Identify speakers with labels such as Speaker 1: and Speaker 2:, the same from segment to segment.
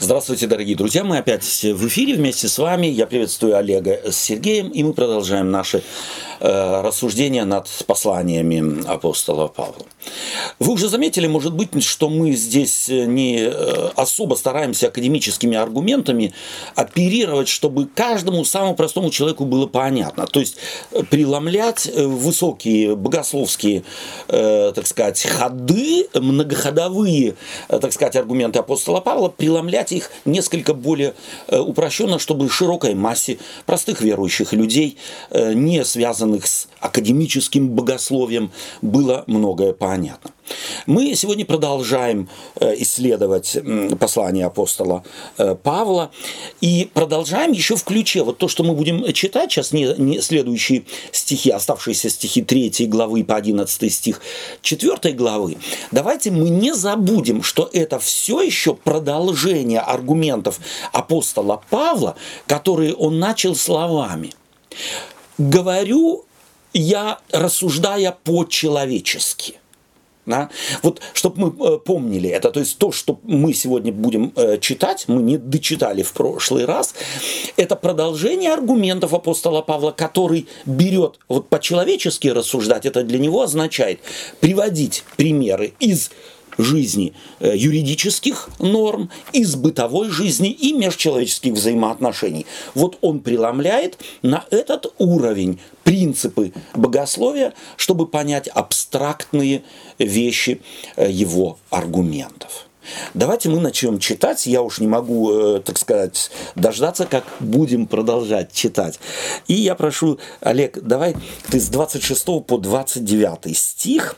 Speaker 1: Здравствуйте, дорогие друзья, мы опять в эфире вместе с вами. Я приветствую Олега с Сергеем, и мы продолжаем наши рассуждения над посланиями апостола Павла. Вы уже заметили, может быть, что мы здесь не особо стараемся академическими аргументами оперировать, чтобы каждому самому простому человеку было понятно. То есть преломлять высокие богословские, так сказать, ходы, многоходовые, так сказать, аргументы апостола Павла, преломлять их несколько более упрощенно, чтобы широкой массе простых верующих людей, не связанных с академическим богословием, было многое понятно. Мы сегодня продолжаем исследовать послание апостола Павла и продолжаем еще в ключе. Вот то, что мы будем читать сейчас, не следующие стихи, оставшиеся стихи 3 главы по 11 стих 4 главы, давайте мы не забудем, что это все еще продолжение аргументов апостола Павла, которые он начал словами. Говорю я, рассуждая по-человечески. Да? Вот, чтобы мы помнили это, то есть то, что мы сегодня будем читать, мы не дочитали в прошлый раз, это продолжение аргументов апостола Павла, который берет, вот по-человечески рассуждать, это для него означает приводить примеры из жизни юридических норм, из бытовой жизни и межчеловеческих взаимоотношений. Вот он преломляет на этот уровень принципы богословия, чтобы понять абстрактные вещи его аргументов. Давайте мы начнем читать. Я уж не могу, так сказать, дождаться, как будем продолжать читать. И я прошу, Олег, давай ты с 26 по 29 стих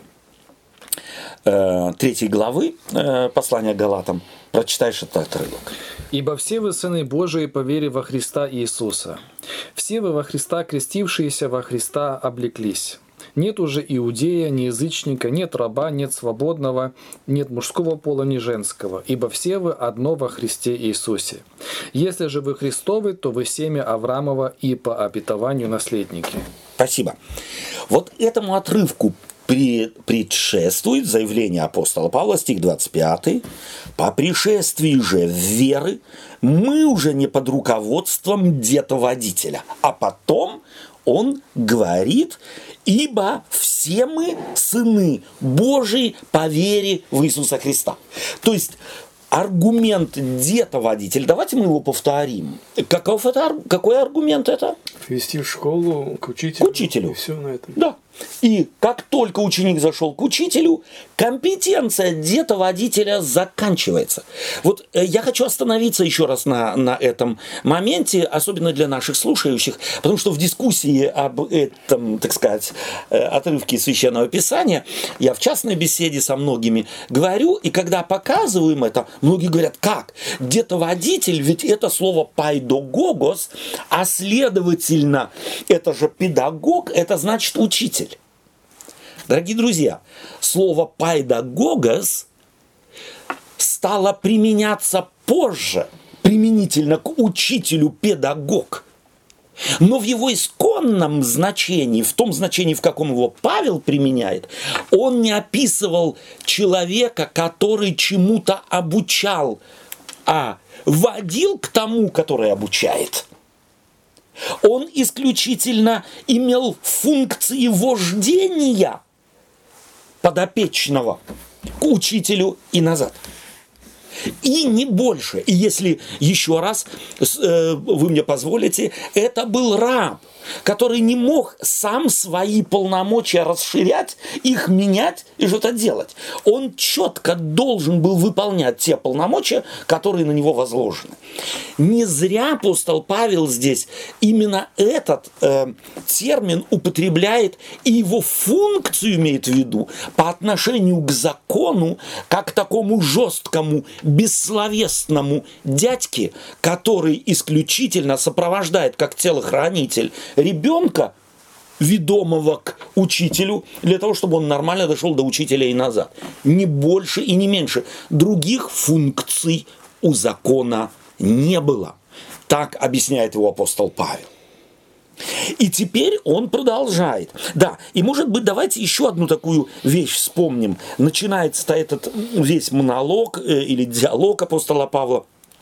Speaker 1: 3 главы послания Галатам прочитаешь этот отрывок.
Speaker 2: «Ибо все вы сыны Божии по вере во Христа Иисуса. Все вы во Христа крестившиеся во Христа облеклись. Нет уже иудея, ни язычника, нет раба, нет свободного, нет мужского пола, ни женского, ибо все вы одно во Христе Иисусе. Если же вы Христовы, то вы семя Авраамова и по обетованию наследники».
Speaker 1: Спасибо. Вот этому отрывку предшествует заявление апостола Павла, стих 25. «По пришествии же веры мы уже не под руководством детоводителя». А потом он говорит: «Ибо все мы сыны Божии по вере в Иисуса Христа». То есть аргумент детоводитель, давайте мы его повторим. Какой аргумент это?
Speaker 3: Вести в школу к учителю.
Speaker 1: К учителю.
Speaker 3: И все на этом.
Speaker 1: Да. И как только ученик зашел к учителю, компетенция детоводителя заканчивается. Вот я хочу остановиться еще раз на этом моменте, особенно для наших слушающих, потому что в дискуссии об этом, так сказать, отрывке Священного Писания я в частной беседе со многими говорю, и когда показываем это, многие говорят: как? Детоводитель, ведь это слово пайдогогос, а следовательно, это же педагог, это значит учитель. Дорогие друзья, слово «пайдагогос» стало применяться позже, применительно к учителю педагог. Но в его исконном значении, в том значении, в каком его Павел применяет, он не описывал человека, который чему-то обучал, а водил к тому, который обучает. Он исключительно имел функции вождения подопечного к учителю и назад. И не больше. И если еще раз вы мне позволите, это был раб, который не мог сам свои полномочия расширять, их менять и что-то делать. Он четко должен был выполнять те полномочия, которые на него возложены. Не зря апостол Павел здесь именно этот термин употребляет и его функцию имеет в виду по отношению к закону, как к такому жесткому, бессловесному дядьке, который исключительно сопровождает как телохранитель ребенка, ведомого к учителю, для того, чтобы он нормально дошел до учителя и назад. Не больше и не меньше. Других функций у закона не было. Так объясняет его апостол Павел. И теперь он продолжает. Да, и может быть, давайте еще одну такую вещь вспомним. Начинается этот весь монолог или диалог апостола Павла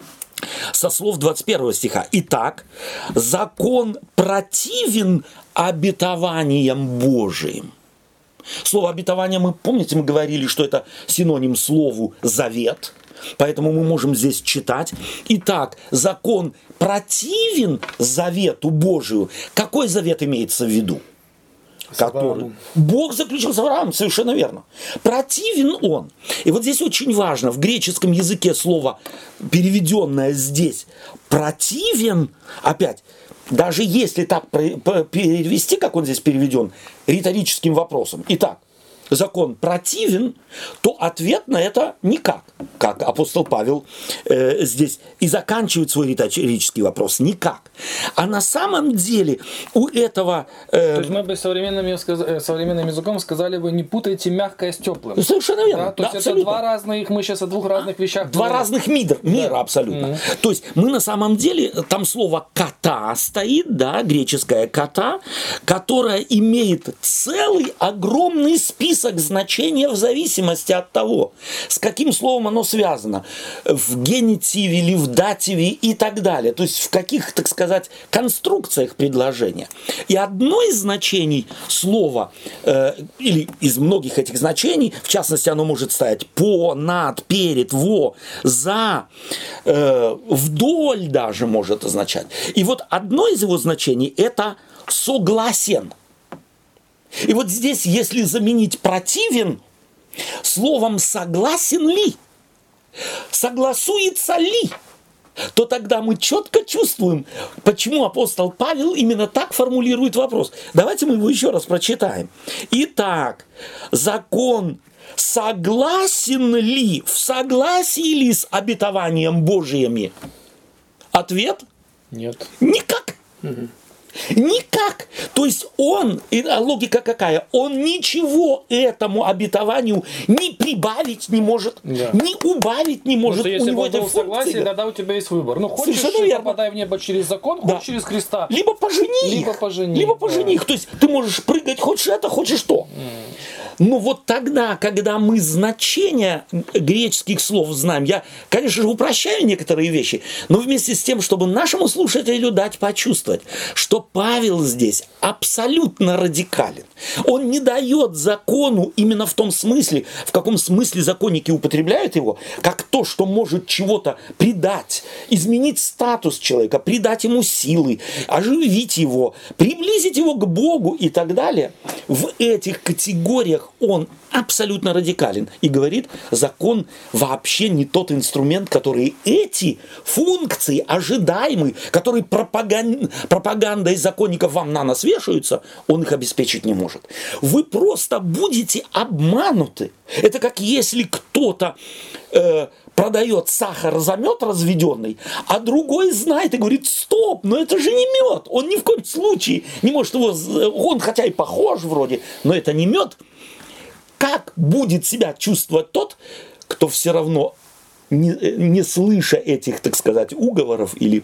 Speaker 1: со слов 21 стиха. Итак, закон противен обетованиям Божиим. Слово обетование, мы помните, мы говорили, что это синоним слову завет, поэтому мы можем здесь читать. Итак, закон противен завету Божию. Какой завет имеется в виду? Который Бог заключил с Авраамом, совершенно верно. Противен он. И вот здесь очень важно, в греческом языке слово, переведенное здесь, противен, опять, даже если так перевести, как он здесь переведен, риторическим вопросом. Итак, закон противен, то ответ на это никак. Как апостол Павел здесь и заканчивает свой риторический вопрос. Никак. А на самом деле у этого...
Speaker 2: То есть мы бы современным языком сказали бы, не путайте мягкое с теплым.
Speaker 1: Совершенно верно.
Speaker 2: Да? То есть
Speaker 1: абсолютно.
Speaker 2: это два разных, мы сейчас о двух разных вещах.
Speaker 1: Два разных мира абсолютно. То есть мы на самом деле, там слово «кота» стоит, да, греческое «кота», которое имеет целый огромный список значения в зависимости от того, с каким словом оно связано, в генитиве или в дативе и так далее. То есть в каких, так сказать, конструкциях предложения. И одно из значений слова, или из многих этих значений, в частности, оно может стоять по, над, перед, во, за, вдоль даже может означать. И вот одно из его значений – это согласен. И вот здесь, если заменить противен словом согласен ли, согласуется ли, то тогда мы четко чувствуем, почему апостол Павел именно так формулирует вопрос. Давайте мы его еще раз прочитаем. Итак, закон согласен ли, в согласии ли с обетованием Божьими? Ответ?
Speaker 2: Нет.
Speaker 1: Никак. Никак. То есть он, и логика какая? Он ничего этому обетованию ни прибавить не может, ни убавить не может.
Speaker 2: Потому что если
Speaker 1: у него
Speaker 2: будет согласие, тогда у тебя есть выбор. Ну, хочешь, попадай в небо через закон, хочешь через Христа.
Speaker 1: Либо пожени их. То есть ты можешь прыгать, хочешь это, хочешь то. Но вот тогда, когда мы значение греческих слов знаем, я, конечно же, упрощаю некоторые вещи, но вместе с тем, чтобы нашему слушателю дать почувствовать, что Павел здесь абсолютно радикален. Он не дает закону именно в том смысле, в каком смысле законники употребляют его, как то, что может чего-то придать, изменить статус человека, придать ему силы, оживить его, приблизить его к Богу и так далее. В этих категориях он абсолютно радикален и говорит, закон вообще не тот инструмент, который эти функции ожидаемые, которые пропагандой законников вам на нас вешаются, он их обеспечить не может. Вы просто будете обмануты. Это как если кто-то продает сахар за мед разведенный, а другой знает и говорит, стоп, но это же не мед, он ни в коем случае не может его, он хотя и похож вроде, но это не мед. Как будет себя чувствовать тот, кто все равно, не слыша этих, так сказать, уговоров или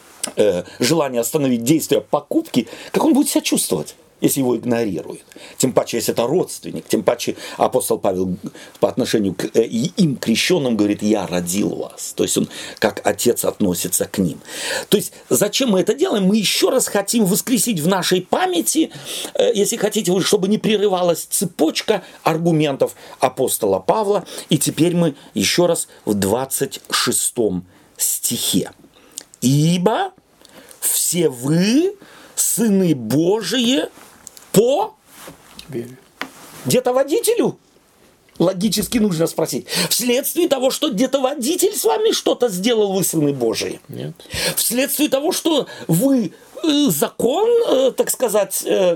Speaker 1: желания остановить действие покупки, как он будет себя чувствовать, если его игнорируют? Тем паче, если это родственник, тем паче апостол Павел по отношению к им крещенным говорит, я родил вас. То есть он как отец относится к ним. То есть зачем мы это делаем? Мы еще раз хотим воскресить в нашей памяти, если хотите, чтобы не прерывалась цепочка аргументов апостола Павла. И теперь мы еще раз в 26 стихе. Ибо все вы, сыны Божии, по
Speaker 3: вере.
Speaker 1: Где-то водителю? Логически нужно спросить. Вследствие того, что где-то водитель с вами что-то сделал, вы сыны Божии?
Speaker 2: Нет.
Speaker 1: Вследствие того, что вы закон, так сказать,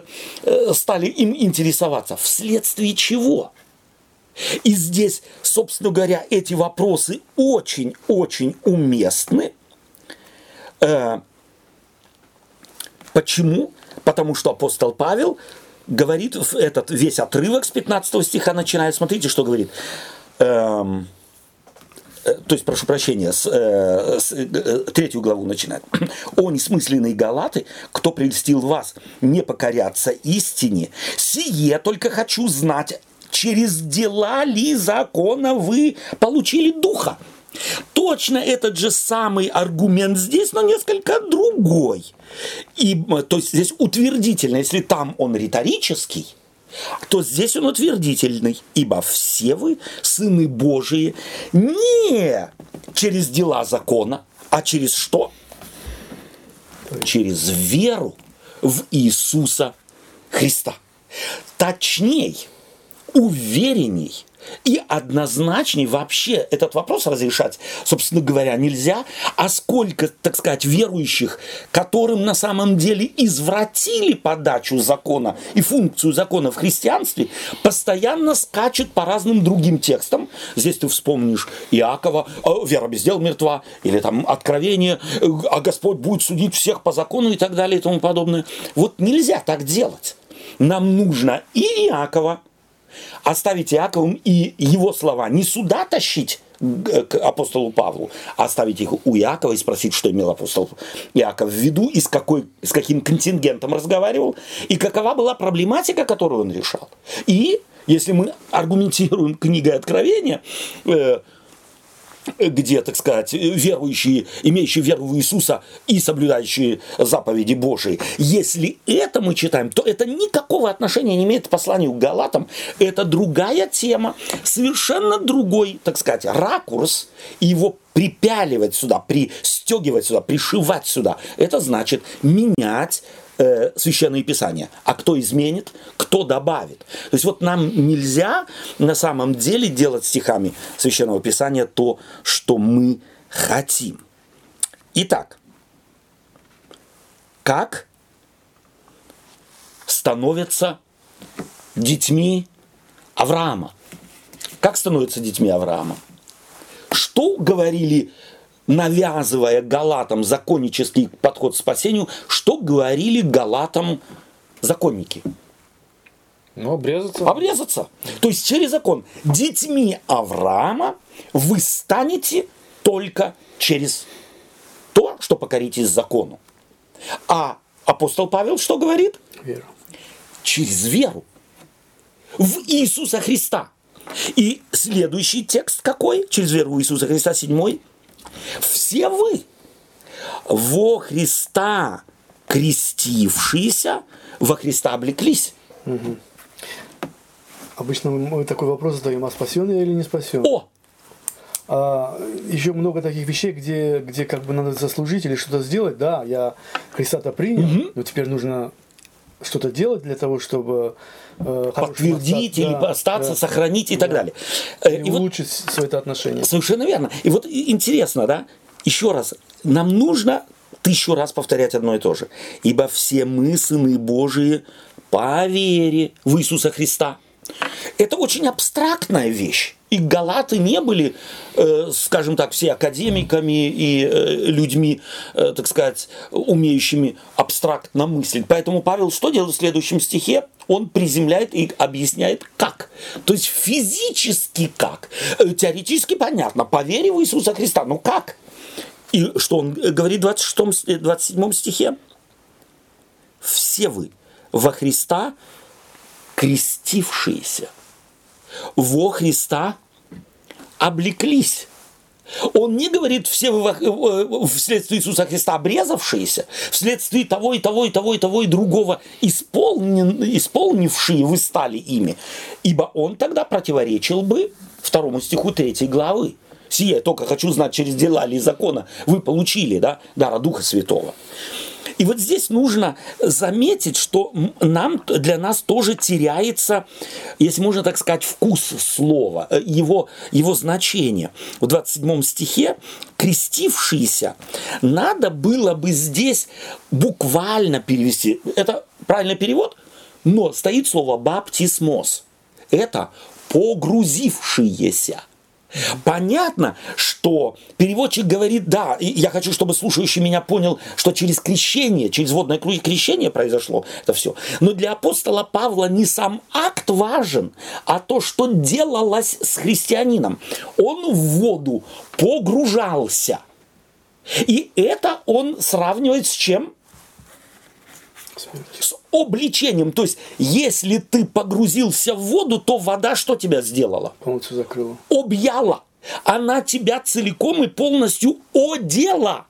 Speaker 1: стали им интересоваться? Вследствие чего? И здесь, собственно говоря, эти вопросы очень-очень уместны. Почему? Потому что апостол Павел говорит, этот весь отрывок с 15 стиха начинает, смотрите, что говорит. То есть, прошу прощения, с 3 главу начинает. «О несмысленные галаты, кто прельстил вас не покоряться истине, сие только хочу знать, через дела ли закона вы получили духа». Точно этот же самый аргумент здесь, но несколько другой. То есть здесь утвердительно, если там он риторический, то здесь он утвердительный. Ибо все вы, сыны Божии, не через дела закона, а через что? Через веру в Иисуса Христа. Точней, уверенней и однозначней вообще этот вопрос разрешать, собственно говоря, нельзя. А сколько, так сказать, верующих, которым на самом деле извратили подачу закона и функцию закона в христианстве, постоянно скачут по разным другим текстам. Здесь ты вспомнишь Иакова, вера без дел мертва, или там Откровение, а Господь будет судить всех по закону и так далее и тому подобное. Вот нельзя так делать. Нам нужно и Иакова оставить Иаковым и его слова не сюда тащить к апостолу Павлу, а оставить их у Иакова и спросить, что имел апостол Иаков в виду, и с каким контингентом разговаривал, и какова была проблематика, которую он решал. И если мы аргументируем книгой Откровения, где, так сказать, верующие, имеющие веру в Иисуса и соблюдающие заповеди Божии, если это мы читаем, то это никакого отношения не имеет к посланию к Галатам. Это другая тема, совершенно другой, так сказать, ракурс, и его припяливать сюда, пристегивать сюда, пришивать сюда, это значит менять Священное Писание. А кто изменит, кто добавит. То есть вот нам нельзя на самом деле делать стихами Священного Писания то, что мы хотим. Итак, как становятся детьми Авраама? Как становятся детьми Авраама? Что говорили, навязывая галатам законнический подход к спасению, что говорили галатам законники?
Speaker 2: Ну, обрезаться.
Speaker 1: Обрезаться. То есть через закон. Детьми Авраама вы станете только через то, что покоритесь закону. А апостол Павел что говорит?
Speaker 3: Вера.
Speaker 1: Через веру в Иисуса Христа. И следующий текст какой? Через веру в Иисуса Христа, 7. Все вы во Христа крестившиеся, во Христа облеклись.
Speaker 3: Угу. Обычно мы такой вопрос задаем, а спасен я или не спасен?
Speaker 1: О!
Speaker 3: Еще много таких вещей, где как бы надо заслужить или что-то сделать. Да, я Христа-то принял, но теперь нужно что-то делать для того, чтобы
Speaker 1: подтвердить или остаться, сохранить и так далее.
Speaker 3: И улучшить свои отношения.
Speaker 1: Совершенно верно. И вот интересно, да, еще раз, нам нужно 1000 раз повторять одно и то же. Ибо все мы, сыны Божии, по вере в Иисуса Христа. Это очень абстрактная вещь. И галаты не были, скажем так, все академиками и людьми, так сказать, умеющими абстрактно мыслить. Поэтому Павел что делает в следующем стихе? Он приземляет и объясняет, как. То есть физически как. Теоретически понятно, по вере в Иисуса Христа. Но как? И что он говорит в 27 стихе? Все вы во Христа крестившиеся, во Христа облеклись. Он не говорит, все вы вследствие Иисуса Христа обрезавшиеся, вследствие того и того и того и того и другого исполнившие вы стали ими. Ибо он тогда противоречил бы 2 стиху 3 главы. Сие только хочу знать, через дела ли закона вы получили, да, дара Духа Святого. И вот здесь нужно заметить, что для нас тоже теряется, если можно так сказать, вкус слова, его значение. В 27 стихе крестившиеся надо было бы здесь буквально перевести. Это правильный перевод, но стоит слово баптисмос. Это погрузившиеся. Понятно, что переводчик говорит, да, и я хочу, чтобы слушающий меня понял, что через крещение, через водное крещение произошло это все. Но для апостола Павла не сам акт важен, а то, что делалось с христианином. Он в воду погружался. И это он сравнивает с чем? С обличением. То есть, если ты погрузился в воду, то вода что тебя сделала?
Speaker 3: Полностью закрыла.
Speaker 1: Объяла. Она тебя целиком и полностью одела.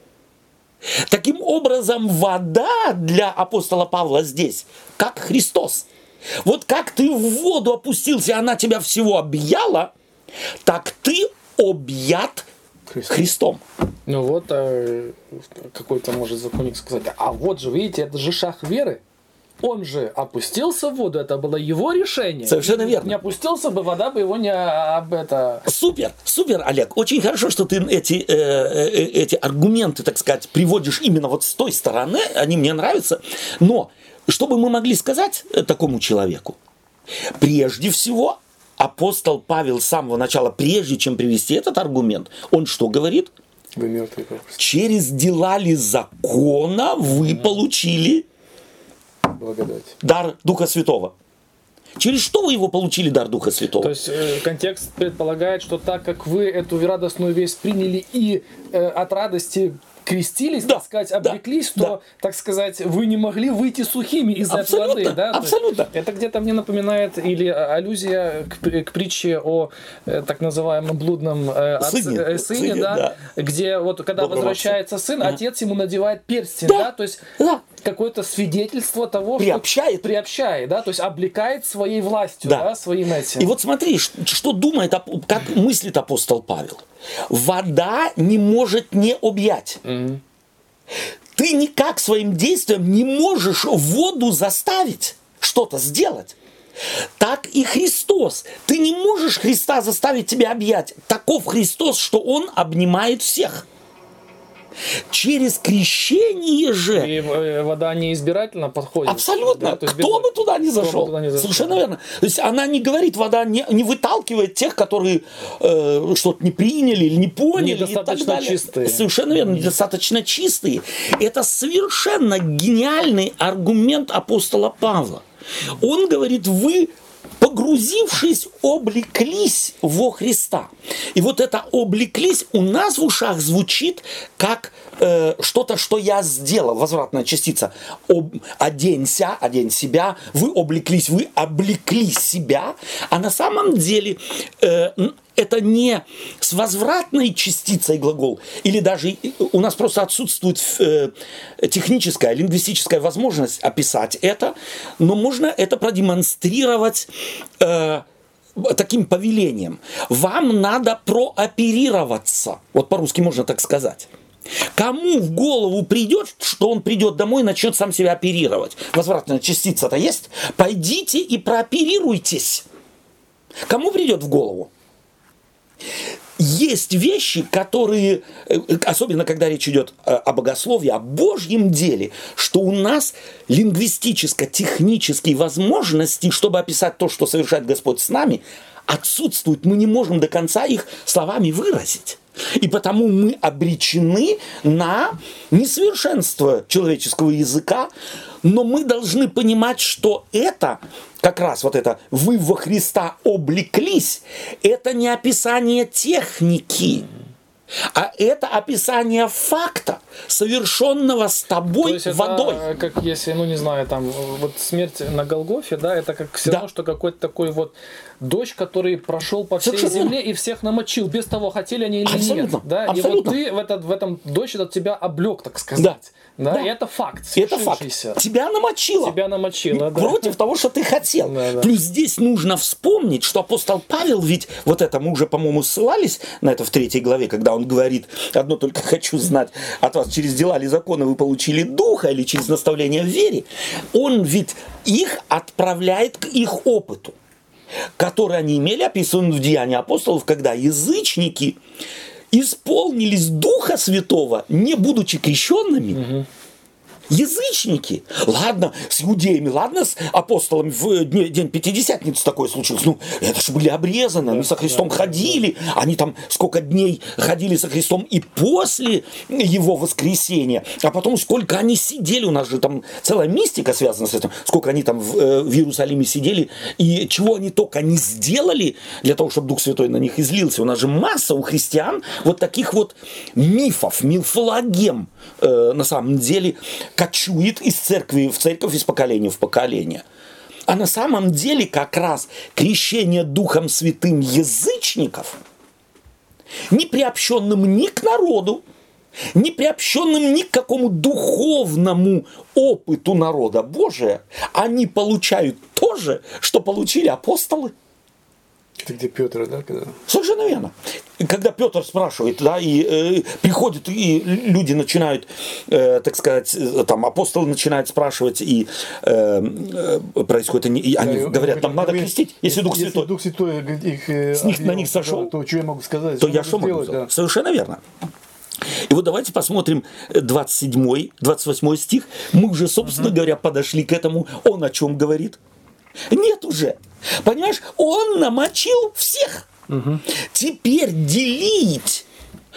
Speaker 1: Таким образом, вода для апостола Павла здесь, как Христос. Вот как ты в воду опустился, она тебя всего объяла, так ты объят Христом.
Speaker 2: Ну вот, какой-то может законник сказать, а вот же, видите, это же шаг веры. Он же опустился в воду, это было его решение.
Speaker 1: Совершенно верно.
Speaker 2: Не опустился бы, вода бы его не
Speaker 1: Супер, супер, Олег. Очень хорошо, что ты эти аргументы, так сказать, приводишь именно вот с той стороны. Они мне нравятся. Но, чтобы мы могли сказать такому человеку, прежде всего, апостол Павел с самого начала, прежде чем привести этот аргумент, он что говорит?
Speaker 3: Вы мертвые по Христу.
Speaker 1: Через дела ли закона вы получили
Speaker 3: Благодать.
Speaker 1: дар Духа Святого. Через что вы его получили, дар Духа Святого?
Speaker 2: То есть контекст предполагает, что так как вы эту радостную весть приняли и от радости крестились,
Speaker 1: Да,
Speaker 2: так сказать,
Speaker 1: да,
Speaker 2: облеклись, то, так сказать, вы не могли выйти сухими из этой воды. Да?
Speaker 1: Абсолютно.
Speaker 2: Это где-то мне напоминает или аллюзия к притче о так называемом блудном сыне, да? Где вот когда
Speaker 1: Доброго
Speaker 2: возвращается сын, отец ему надевает перстень,
Speaker 1: Да,
Speaker 2: да? То есть
Speaker 1: да.
Speaker 2: какое-то свидетельство того,
Speaker 1: Приобщает.
Speaker 2: что приобщает, да? То есть облекает своей властью,
Speaker 1: Да.
Speaker 2: да, своим этим.
Speaker 1: И вот смотри, что думает, как мыслит апостол Павел. Вода не может не объять. Ты никак своим действием не можешь воду заставить что-то сделать. Так и Христос. Ты не можешь Христа заставить тебя объять. Таков Христос, что Он обнимает всех. Через крещение же...
Speaker 2: И вода не избирательно подходит.
Speaker 1: Абсолютно.
Speaker 2: Да, то есть
Speaker 1: Кто бы туда ни зашел.
Speaker 2: туда ни зашел.
Speaker 1: Совершенно верно. То есть она не говорит, вода не выталкивает тех, которые что-то не приняли или не поняли.
Speaker 2: Недостаточно
Speaker 1: и так далее.
Speaker 2: чистые.
Speaker 1: Совершенно верно. Недостаточно чистые. Это совершенно гениальный аргумент апостола Павла. Он говорит, вы, погрузившись, облеклись во Христа. И вот это облеклись у нас в ушах звучит как что-то, что я сделал. Возвратная частица. Оденься, одень себя. Вы облеклись, вы облекли себя. А на самом деле это не с возвратной частицей глагол, или даже у нас просто отсутствует техническая, лингвистическая возможность описать это, но можно это продемонстрировать таким повелением. Вам надо прооперироваться. Вот по-русски можно так сказать. Кому в голову придет, что он придет домой и начнет сам себя оперировать? Возвратная частица-то есть? Пойдите и прооперируйтесь. Кому придет в голову? Есть вещи, которые, особенно когда речь идет о богословии, о Божьем деле, что у нас лингвистическо-технические возможности, чтобы описать то, что совершает Господь с нами, отсутствуют. Мы не можем до конца их словами выразить. И потому мы обречены на несовершенство человеческого языка, но мы должны понимать, что это, как раз вот это «вы во Христа облеклись», это не описание техники, а это описание факта, совершенного с тобой
Speaker 2: То есть
Speaker 1: водой.
Speaker 2: Это как если, ну не знаю, там вот смерть на Голгофе, да, это как все равно, что какой-то такой вот дождь, который прошел по всей земле и всех намочил, без того, хотели они или
Speaker 1: Абсолютно.
Speaker 2: нет. Да?
Speaker 1: Абсолютно.
Speaker 2: И вот ты в этом дождь этот тебя облег, так сказать. Да. И это факт.
Speaker 1: Это факт. Тебя намочило.
Speaker 2: Тебя намочило, да.
Speaker 1: Против того, что ты хотел.
Speaker 2: Да.
Speaker 1: Плюс здесь нужно вспомнить, что апостол Павел, ведь вот это мы уже, по-моему, ссылались на это в 3 главе, когда он говорит: одно только хочу знать от вас, через дела ли закона вы получили духа или через наставление в вере. Он ведь их отправляет к их опыту, который они имели, описан в Деянии апостолов, когда язычники исполнились Духа Святого, не будучи крещенными. Язычники. Ладно, с иудеями, ладно, с апостолами в день Пятидесятницы такое случилось. Ну, это же были обрезаны, они со Христом ходили. Они там сколько дней ходили со Христом и после его воскресения. А потом сколько они сидели, у нас же там целая мистика связана с этим. Сколько они там в Иерусалиме сидели и чего они только не сделали для того, чтобы Дух Святой на них излился. У нас же масса у христиан вот таких вот мифов, мифологем на самом деле кочует из церкви в церковь, из поколения в поколение. А на самом деле как раз крещение Духом Святым язычников не приобщенным ни к народу, не приобщенным ни к какому духовному опыту народа Божия, они получают то же, что получили апостолы.
Speaker 3: Это где Петр, да? Когда...
Speaker 1: Совершенно верно. И когда Петр спрашивает, да, и приходят, и люди начинают, так сказать, там апостолы начинают спрашивать, и происходит, и они говорят, нам надо крестить, если Дух Святой.
Speaker 3: Если Дух Святой их,
Speaker 1: на них сошел,
Speaker 3: то что я могу сказать?
Speaker 1: то я что могу сделать? Да. Совершенно верно. И вот давайте посмотрим 27-28 стих. Мы уже, собственно говоря, подошли к этому. Он о чем говорит? Нет уже. Понимаешь, он намочил всех. Теперь делить.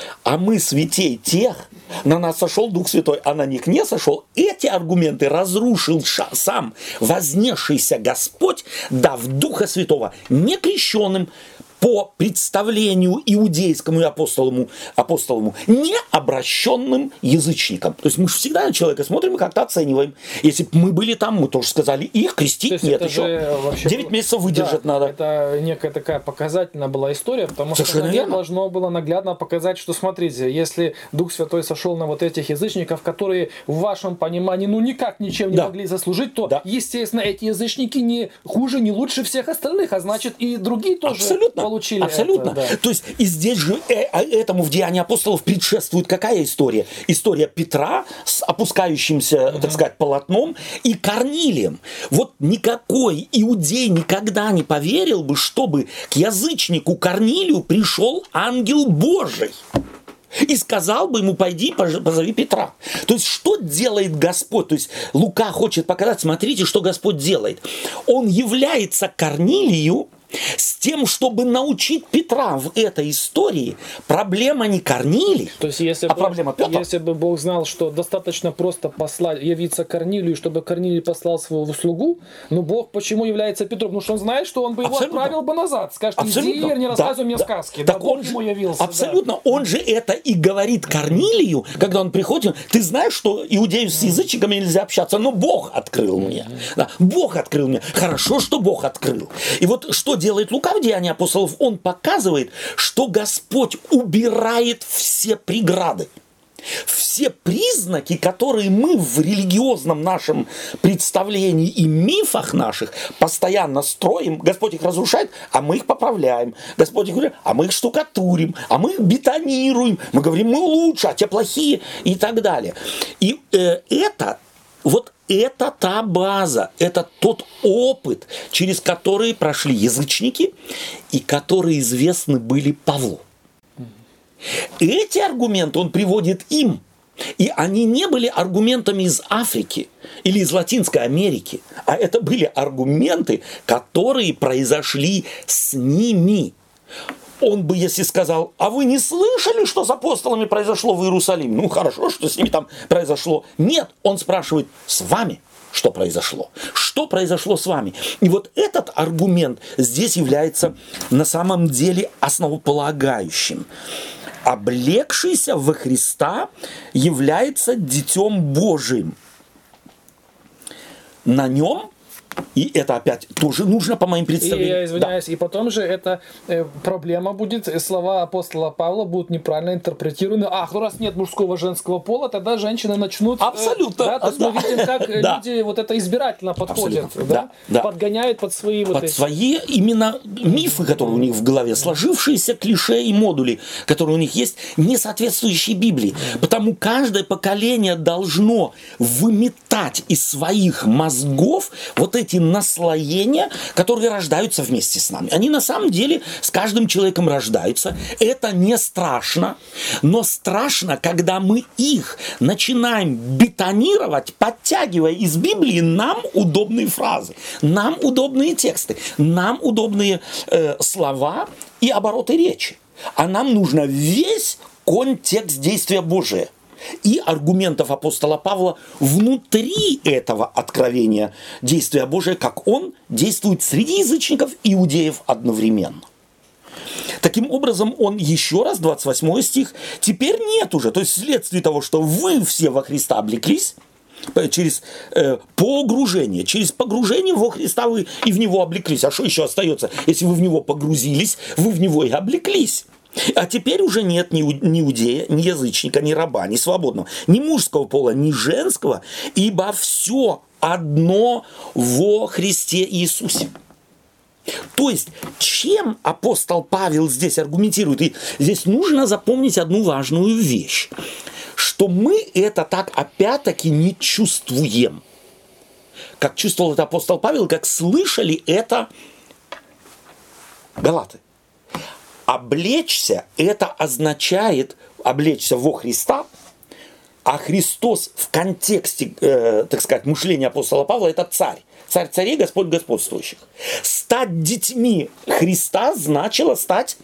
Speaker 1: А мы святей тех, на нас сошел Дух Святой, а на них не сошел. Эти аргументы разрушил сам вознесшийся Господь, дав Духа Святого некрещенным, по представлению иудейскому и апостоловому, не обращенным язычникам. То есть мы же всегда на человека смотрим и как-то оцениваем. Если бы мы были там, мы тоже сказали, их крестить нет еще. 9 месяцев выдержать надо.
Speaker 2: Это некая такая показательная была история, потому
Speaker 1: совершенно
Speaker 2: что должно было наглядно показать, что смотрите, если Дух Святой сошел на вот этих язычников, которые в вашем понимании никак ничем не могли заслужить, то, естественно, эти язычники не хуже, не лучше всех остальных, а значит и другие тоже получили.
Speaker 1: Абсолютно.
Speaker 2: Это, да.
Speaker 1: То есть и здесь же этому в Деянии апостолов предшествует какая история? История Петра с опускающимся, так сказать, полотном и Корнилием. Вот никакой иудей никогда не поверил бы, чтобы к язычнику Корнилию пришел ангел Божий. И сказал бы ему, пойди, позови Петра. То есть, что делает Господь? То есть, Лука хочет показать, смотрите, что Господь делает. Он является Корнилию с тем, чтобы научить Петра в этой истории. Проблема не Корнилий,
Speaker 2: то есть, если
Speaker 1: проблема Петра.
Speaker 2: Если бы Бог знал, что достаточно просто явиться Корнилию, чтобы Корнилий послал своего слугу, но Бог почему является Петром? Потому что он знает, что он бы его отправил бы назад. Скажет, иди, не рассказывай мне сказки.
Speaker 1: Так он ему явился. Абсолютно. Да. Он же это и говорит Корнилию, когда он приходит, ты знаешь, что иудею с язычниками нельзя общаться, но Бог открыл мне. Да, Бог открыл мне. Хорошо, что Бог открыл. И вот что делает Лука в Деянии апостолов? Он показывает, что Господь убирает все преграды. Все признаки, которые мы в религиозном нашем представлении и мифах наших постоянно строим, Господь их разрушает, а мы их поправляем. Господь их говорит, а мы их штукатурим, а мы их бетонируем. Мы говорим, мы лучше, а те плохие и так далее. И это та база, это тот опыт, через который прошли язычники и которые известны были Павлу. Эти аргументы он приводит им. И они не были аргументами из Африки или из Латинской Америки, а это были аргументы, которые произошли с ними. Он бы, если сказал, а вы не слышали, что с апостолами произошло в Иерусалиме? Ну, хорошо, что с ними там произошло. Нет, он спрашивает, с вами что произошло? Что произошло с вами? И вот этот аргумент здесь является на самом деле основополагающим. Облегшийся во Христа является Детем Божиим. На нем, и это опять тоже нужно по моим представлениям.
Speaker 2: И я извиняюсь, и потом же эта проблема будет, слова апостола Павла будут неправильно интерпретированы. Ну раз нет мужского женского пола, тогда женщины начнут...
Speaker 1: Абсолютно.
Speaker 2: То есть мы видим, как люди вот это избирательно подходят, подгоняют под свои
Speaker 1: свои именно мифы, которые у них в голове, сложившиеся клише и модули, которые у них есть, не соответствующие Библии. Потому каждое поколение должно выметать из своих мозгов вот эти наслоения, которые рождаются вместе с нами. Они на самом деле с каждым человеком рождаются. Это не страшно, но страшно, когда мы их начинаем бетонировать, подтягивая из Библии нам удобные фразы, нам удобные тексты, нам удобные слова и обороты речи. А нам нужно весь контекст действия Божия и аргументов апостола Павла внутри этого откровения действия Божия, как он действует среди язычников и иудеев одновременно. Таким образом, он еще раз, 28 стих, теперь нет уже, то есть вследствие того, что вы все во Христа облеклись, через погружение во Христа вы и в Него облеклись. А что еще остается? Если вы в Него погрузились, вы в Него и облеклись. А теперь уже нет ни иудея, ни язычника, ни раба, ни свободного, ни мужского пола, ни женского, ибо все одно во Христе Иисусе. То есть, чем апостол Павел здесь аргументирует? И здесь нужно запомнить одну важную вещь, что мы это так опять-таки не чувствуем. Как чувствовал это апостол Павел, как слышали это галаты. Облечься – это означает облечься во Христа, а Христос в контексте, так сказать, мышления апостола Павла – это царь. Царь царей, Господь господствующих. Стать детьми Христа значило стать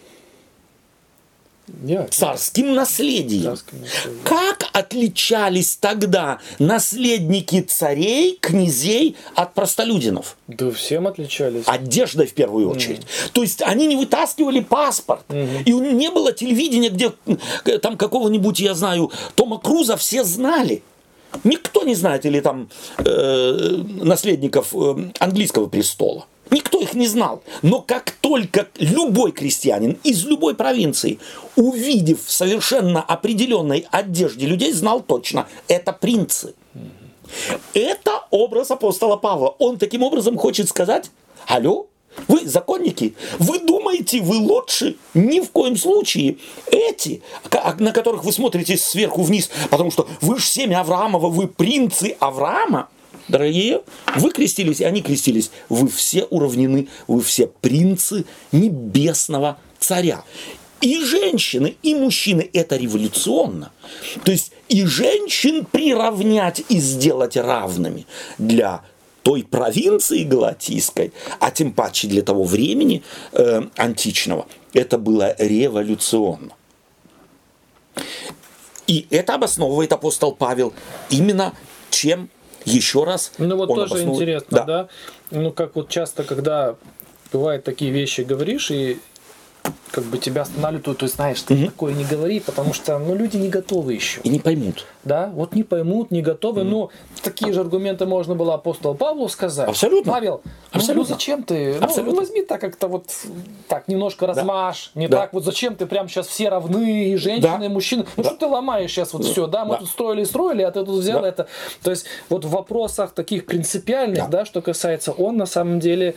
Speaker 1: царским наследием. Как отличались тогда наследники царей, князей от простолюдинов?
Speaker 2: Да всем отличались.
Speaker 1: Одеждой в первую очередь. То есть они не вытаскивали паспорт. И не было телевидения, где там какого-нибудь, я знаю, Тома Круза все знали. Никто не знает, или там наследников английского престола. Никто их не знал. Но как только любой крестьянин из любой провинции, увидев в совершенно определенной одежде людей, знал точно, это принцы. Это образ апостола Павла. Он таким образом хочет сказать: алло, вы законники, вы думаете, вы лучше? Ни в коем случае. Эти, на которых вы смотрите сверху вниз, потому что вы же семя Авраамова, вы принцы Авраама. Дорогие, вы крестились, и они крестились. Вы все уравнены, вы все принцы небесного царя. И женщины, и мужчины – это революционно. То есть и женщин приравнять и сделать равными для той провинции галатийской, а тем паче для того времени античного, это было революционно. И это обосновывает апостол Павел именно чем. Еще раз.
Speaker 2: Ну вот тоже
Speaker 1: обосновывает.
Speaker 2: интересно, да? Ну как вот часто, когда бывают такие вещи, говоришь, и как бы тебя останавливают, то есть знаешь, ты такое не говори, потому что люди не готовы еще.
Speaker 1: И не поймут.
Speaker 2: Да, вот не поймут, не готовы. Но такие же аргументы можно было апостолу Павлу сказать.
Speaker 1: Абсолютно.
Speaker 2: Павел,
Speaker 1: абсолютно.
Speaker 2: Зачем ты?
Speaker 1: Абсолютно.
Speaker 2: Возьми так как-то вот так немножко размажь. Не так вот зачем ты прям сейчас все равны, и женщины, и мужчины. Ну что ты ломаешь сейчас вот все, да? Мы тут строили, а ты тут взял это. То есть вот в вопросах таких принципиальных, да, что касается, он на самом деле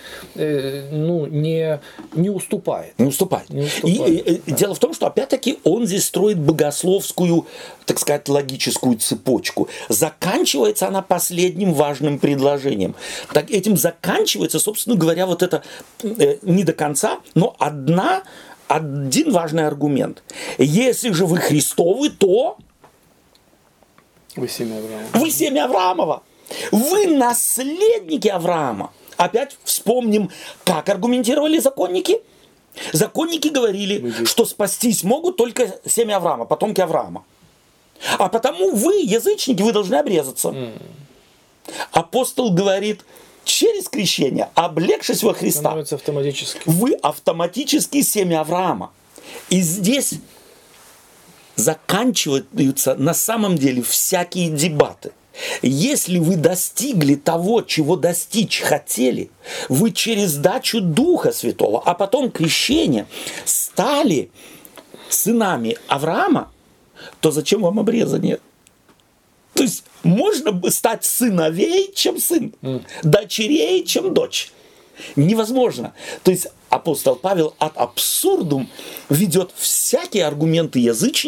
Speaker 2: не уступает.
Speaker 1: Не уступает. И дело в том, что опять-таки он здесь строит богословскую, так сказать, логическую цепочку. Заканчивается она последним важным предложением. Так этим заканчивается, собственно говоря, вот это не до конца, но один важный аргумент. Если же вы Христовы, то
Speaker 3: вы семя Авраамова.
Speaker 1: Вы семя Авраамова. Вы наследники Авраама. Опять вспомним, как аргументировали законники. Законники говорили, что спастись могут только семя Авраама, потомки Авраама. А потому вы, язычники, вы должны обрезаться. Апостол говорит, через крещение, облегшись во Христа,
Speaker 2: становится автоматически.
Speaker 1: Вы автоматически семя Авраама. И здесь заканчиваются на самом деле всякие дебаты. Если вы достигли того, чего достичь хотели, вы через дачу Духа Святого, а потом крещение, стали сынами Авраама, то зачем вам обрезание? То есть можно стать сыновей, чем сын, дочерей, чем дочь. Невозможно. То есть апостол Павел ad absurdum ведет всякие аргументы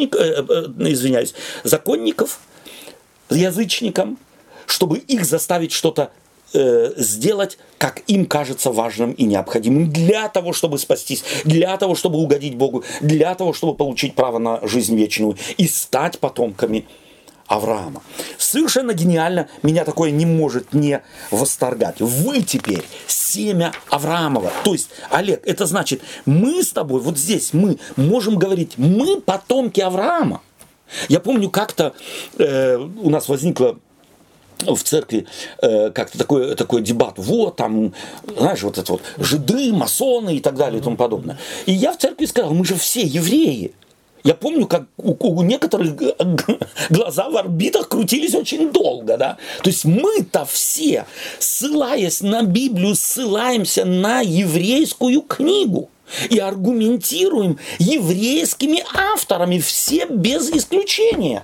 Speaker 1: законников, язычникам, чтобы их заставить что-то сделать, как им кажется важным и необходимым для того, чтобы спастись, для того, чтобы угодить Богу, для того, чтобы получить право на жизнь вечную и стать потомками Авраама. Совершенно гениально, меня такое не может не восторгать. Вы теперь семя Авраамова. То есть, Олег, это значит, мы с тобой, вот здесь мы можем говорить, мы потомки Авраама. Я помню, как-то у нас возникло в церкви как-то такой дебат. Вот там, знаешь, вот это вот жиды, масоны и так далее и тому подобное. И я в церкви сказал, мы же все евреи. Я помню, как у некоторых глаза в орбитах крутились очень долго, да. То есть мы-то все, ссылаясь на Библию, ссылаемся на еврейскую книгу. и аргументируем еврейскими авторами, все без исключения.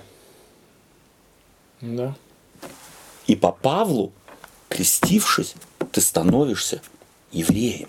Speaker 2: Да.
Speaker 1: И по Павлу, крестившись, ты становишься евреем.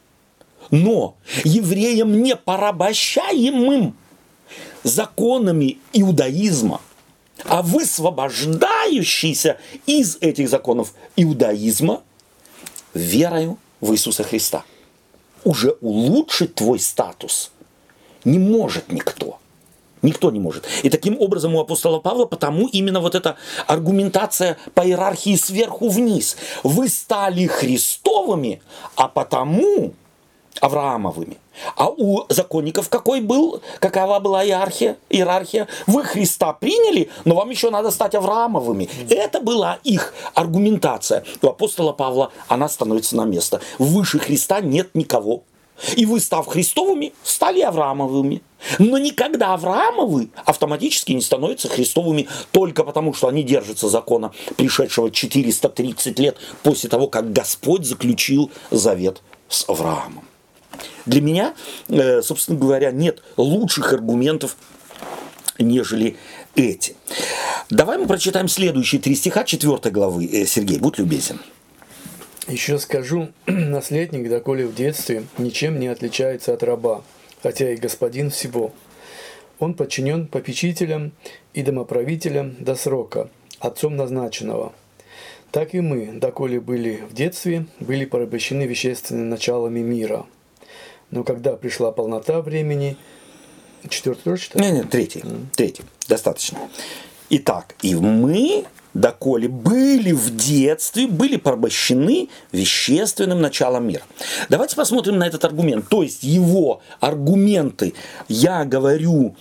Speaker 1: Но евреем не порабощаемым законами иудаизма, а высвобождающийся из этих законов иудаизма верою в Иисуса Христа. Уже улучшить твой статус не может никто. Никто не может. И таким образом у апостола Павла потому именно вот эта аргументация по иерархии сверху вниз. Вы стали Христовыми, а потому Авраамовыми. А у законников какова была иерархия? Вы Христа приняли, но вам еще надо стать Авраамовыми. Это была их аргументация. У апостола Павла она становится на место. Выше Христа нет никого. И вы, став Христовыми, стали Авраамовыми. Но никогда Авраамовы автоматически не становятся Христовыми только потому, что они держатся закона, пришедшего 430 лет после того, как Господь заключил завет с Авраамом. Для меня, собственно говоря, нет лучших аргументов, нежели эти. Давай мы прочитаем следующие 3 стиха 4 главы. Сергей, будь любезен.
Speaker 3: Еще скажу, наследник, доколе в детстве, ничем не отличается от раба, хотя и господин всего. Он подчинен попечителям и домоправителям до срока, отцом назначенного. Так и мы, доколе были в детстве, были порабощены вещественными началами мира. Но когда пришла полнота времени... 4 тоже читать?
Speaker 1: Нет, 3. 3. Достаточно. Итак, и мы, доколе были в детстве, были порабощены вещественным началом мира. Давайте посмотрим на этот аргумент. То есть его аргументы, я говорю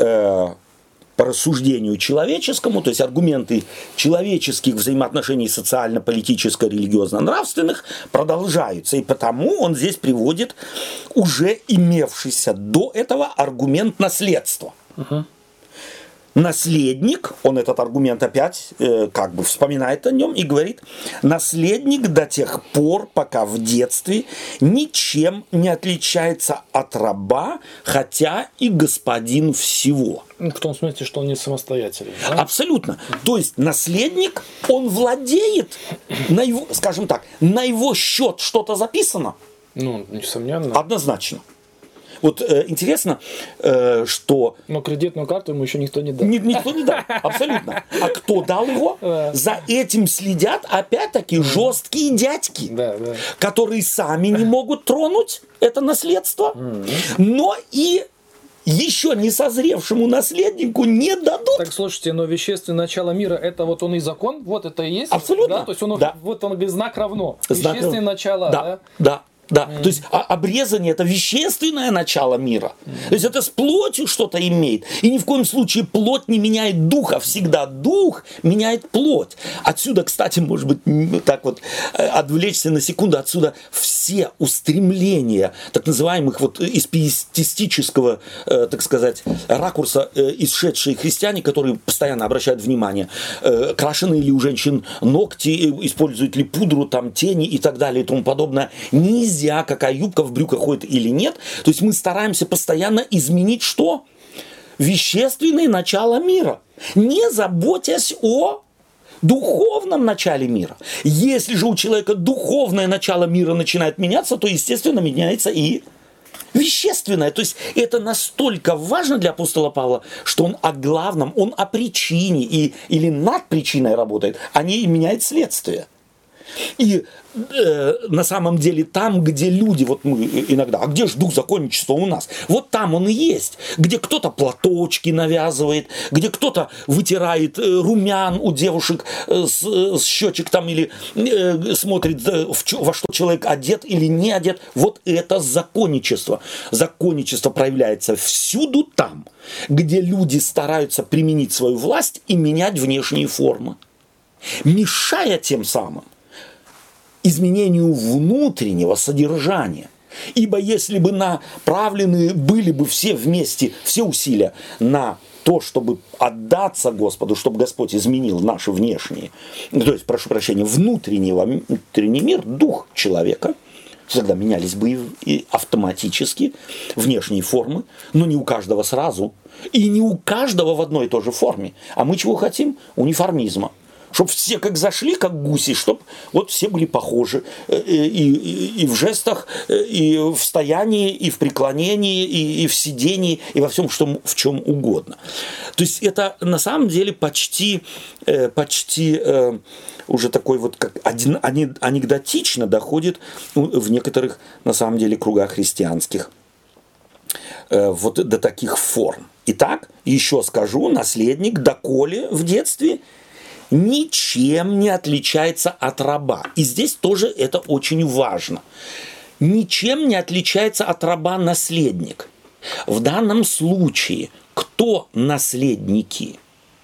Speaker 1: по рассуждению человеческому, то есть аргументы человеческих взаимоотношений социально-политическо-религиозно-нравственных продолжаются. И потому он здесь приводит уже имевшийся до этого аргумент наследства. Наследник, он этот аргумент опять как бы вспоминает о нем и говорит, наследник до тех пор, пока в детстве ничем не отличается от раба, хотя и господин всего.
Speaker 2: В том смысле, что он не самостоятельный. Да?
Speaker 1: Абсолютно. То есть наследник, он владеет, на его, скажем так, на его счет что-то записано?
Speaker 2: Ну, несомненно.
Speaker 1: Однозначно. Вот интересно, что...
Speaker 2: Но кредитную карту ему еще никто не дал.
Speaker 1: Никто не дал, абсолютно. А кто дал его? За этим следят, опять-таки, жесткие дядьки, которые сами не могут тронуть это наследство, но и еще не созревшему наследнику не дадут.
Speaker 2: Так, слушайте, но вещественное начало мира, это вот он и закон, вот это и есть?
Speaker 1: Абсолютно.
Speaker 2: Да? То есть он,
Speaker 1: да.
Speaker 2: вот он говорит, знак равно.
Speaker 1: Знак
Speaker 2: Вещественное начало,
Speaker 1: да? Да. Да, то есть обрезание – это вещественное начало мира. То есть это с плотью что-то имеет. И ни в коем случае плоть не меняет духа. Всегда дух меняет плоть. Отсюда, кстати, может быть, так вот отвлечься на секунду, отсюда все устремления так называемых вот из пиетистического, так сказать, ракурса исшедшие христиане, которые постоянно обращают внимание, крашены ли у женщин ногти, используют ли пудру, там, тени и так далее и тому подобное. Нельзя, какая юбка в брюках ходит или нет. То есть мы стараемся постоянно изменить что? Вещественное начало мира, не заботясь о духовном начале мира. Если же у человека духовное начало мира начинает меняться, то, естественно, меняется и вещественное. То есть это настолько важно для апостола Павла, что он о главном, он о причине или над причиной работает, а не меняет следствие. И на самом деле там, где люди, вот мы иногда, а где же дух законничества у нас? Вот там он и есть, где кто-то платочки навязывает, где кто-то вытирает румян у девушек с щечек там или смотрит, во что человек одет или не одет. Вот это законничество. Законничество проявляется всюду там, где люди стараются применить свою власть и менять внешние формы, мешая тем самым изменению внутреннего содержания. Ибо если бы направлены были бы все вместе, все усилия на то, чтобы отдаться Господу, чтобы Господь изменил наши внешние, то есть, прошу прощения, внутренний мир, дух человека, Тогда менялись бы и автоматически внешние формы, но не у каждого сразу. И не у каждого в одной и той же форме. А мы чего хотим? Униформизма. Чтобы все как зашли, как гуси, чтобы вот все были похожи и в жестах, и в стоянии, и в преклонении, и в сидении, и во всем, в чем угодно. То есть это на самом деле почти уже такой вот как анекдотично доходит в некоторых на самом деле кругах христианских вот до таких форм. Итак, еще скажу, наследник доколе в детстве ничем не отличается от раба. И здесь тоже это очень важно. Ничем не отличается от раба наследник. В данном случае кто наследники?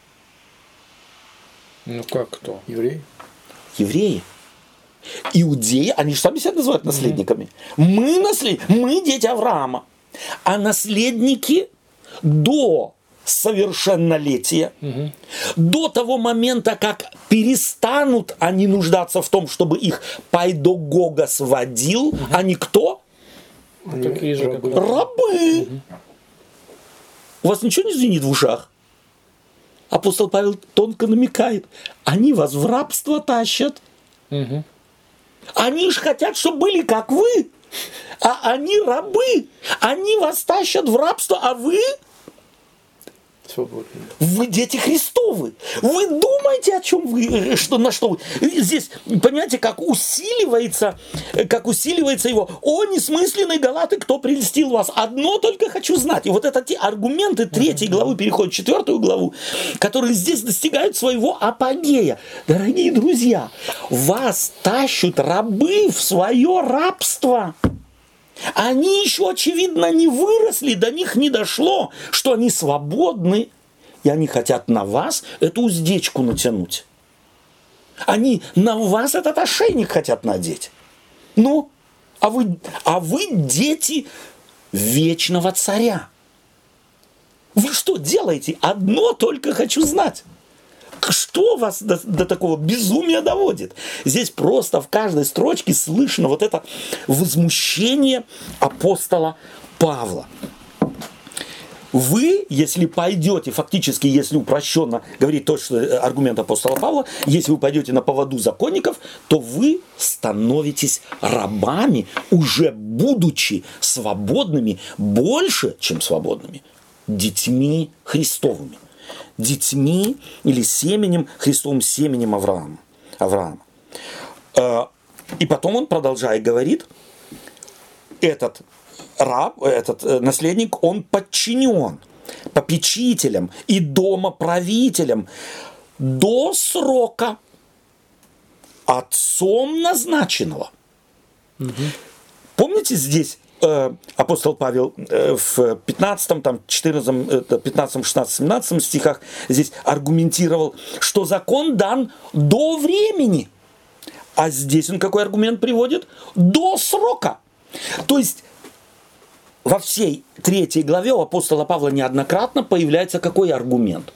Speaker 2: Ну как кто?
Speaker 3: Евреи.
Speaker 1: Евреи. Иудеи, они же сами себя называют наследниками. Мы дети Авраама. А наследники до совершеннолетия, до того момента, как перестанут они нуждаться в том, чтобы их пайдогога сводил, они кто?
Speaker 2: Такие же, как
Speaker 1: Рабы. У вас ничего не звенит в ушах? Апостол Павел тонко намекает, они вас в рабство тащат. Они же хотят, чтобы были как вы, а они рабы. Они вас тащат в рабство, а вы...
Speaker 3: Свободные.
Speaker 1: Вы дети Христовы. Вы думаете, о чем вы, на что вы. Здесь, понимаете, как усиливается его. О, несмысленные галаты, кто прельстил вас. Одно только хочу знать. И вот это те аргументы 3 главы переходят в 4 главу, которые здесь достигают своего апогея. Дорогие друзья, вас тащут рабы в свое рабство. Они еще, очевидно, не выросли, до них не дошло, что они свободны, и они хотят на вас эту уздечку натянуть. Они на вас этот ошейник хотят надеть. Ну, а вы дети вечного царя. Вы что делаете? Одно только хочу знать. Что вас до такого безумия доводит? Здесь просто в каждой строчке слышно вот это возмущение апостола Павла. Вы, если пойдете, фактически, если упрощенно говорить то, что аргумент апостола Павла, если вы пойдете на поводу законников, то вы становитесь рабами, уже будучи свободными, больше, чем свободными, детьми Христовыми. Детьми или семенем, Христовым семенем Авраама. И потом он, продолжая, говорит, этот раб, этот наследник, он подчинен попечителям и домоправителям до срока отцом назначенного. Помните здесь апостол Павел в 15, там, 14, 15, 16, 17 стихах здесь аргументировал, что закон дан до времени. А здесь он какой аргумент приводит? До срока. То есть во всей 3 главе у апостола Павла неоднократно появляется какой аргумент?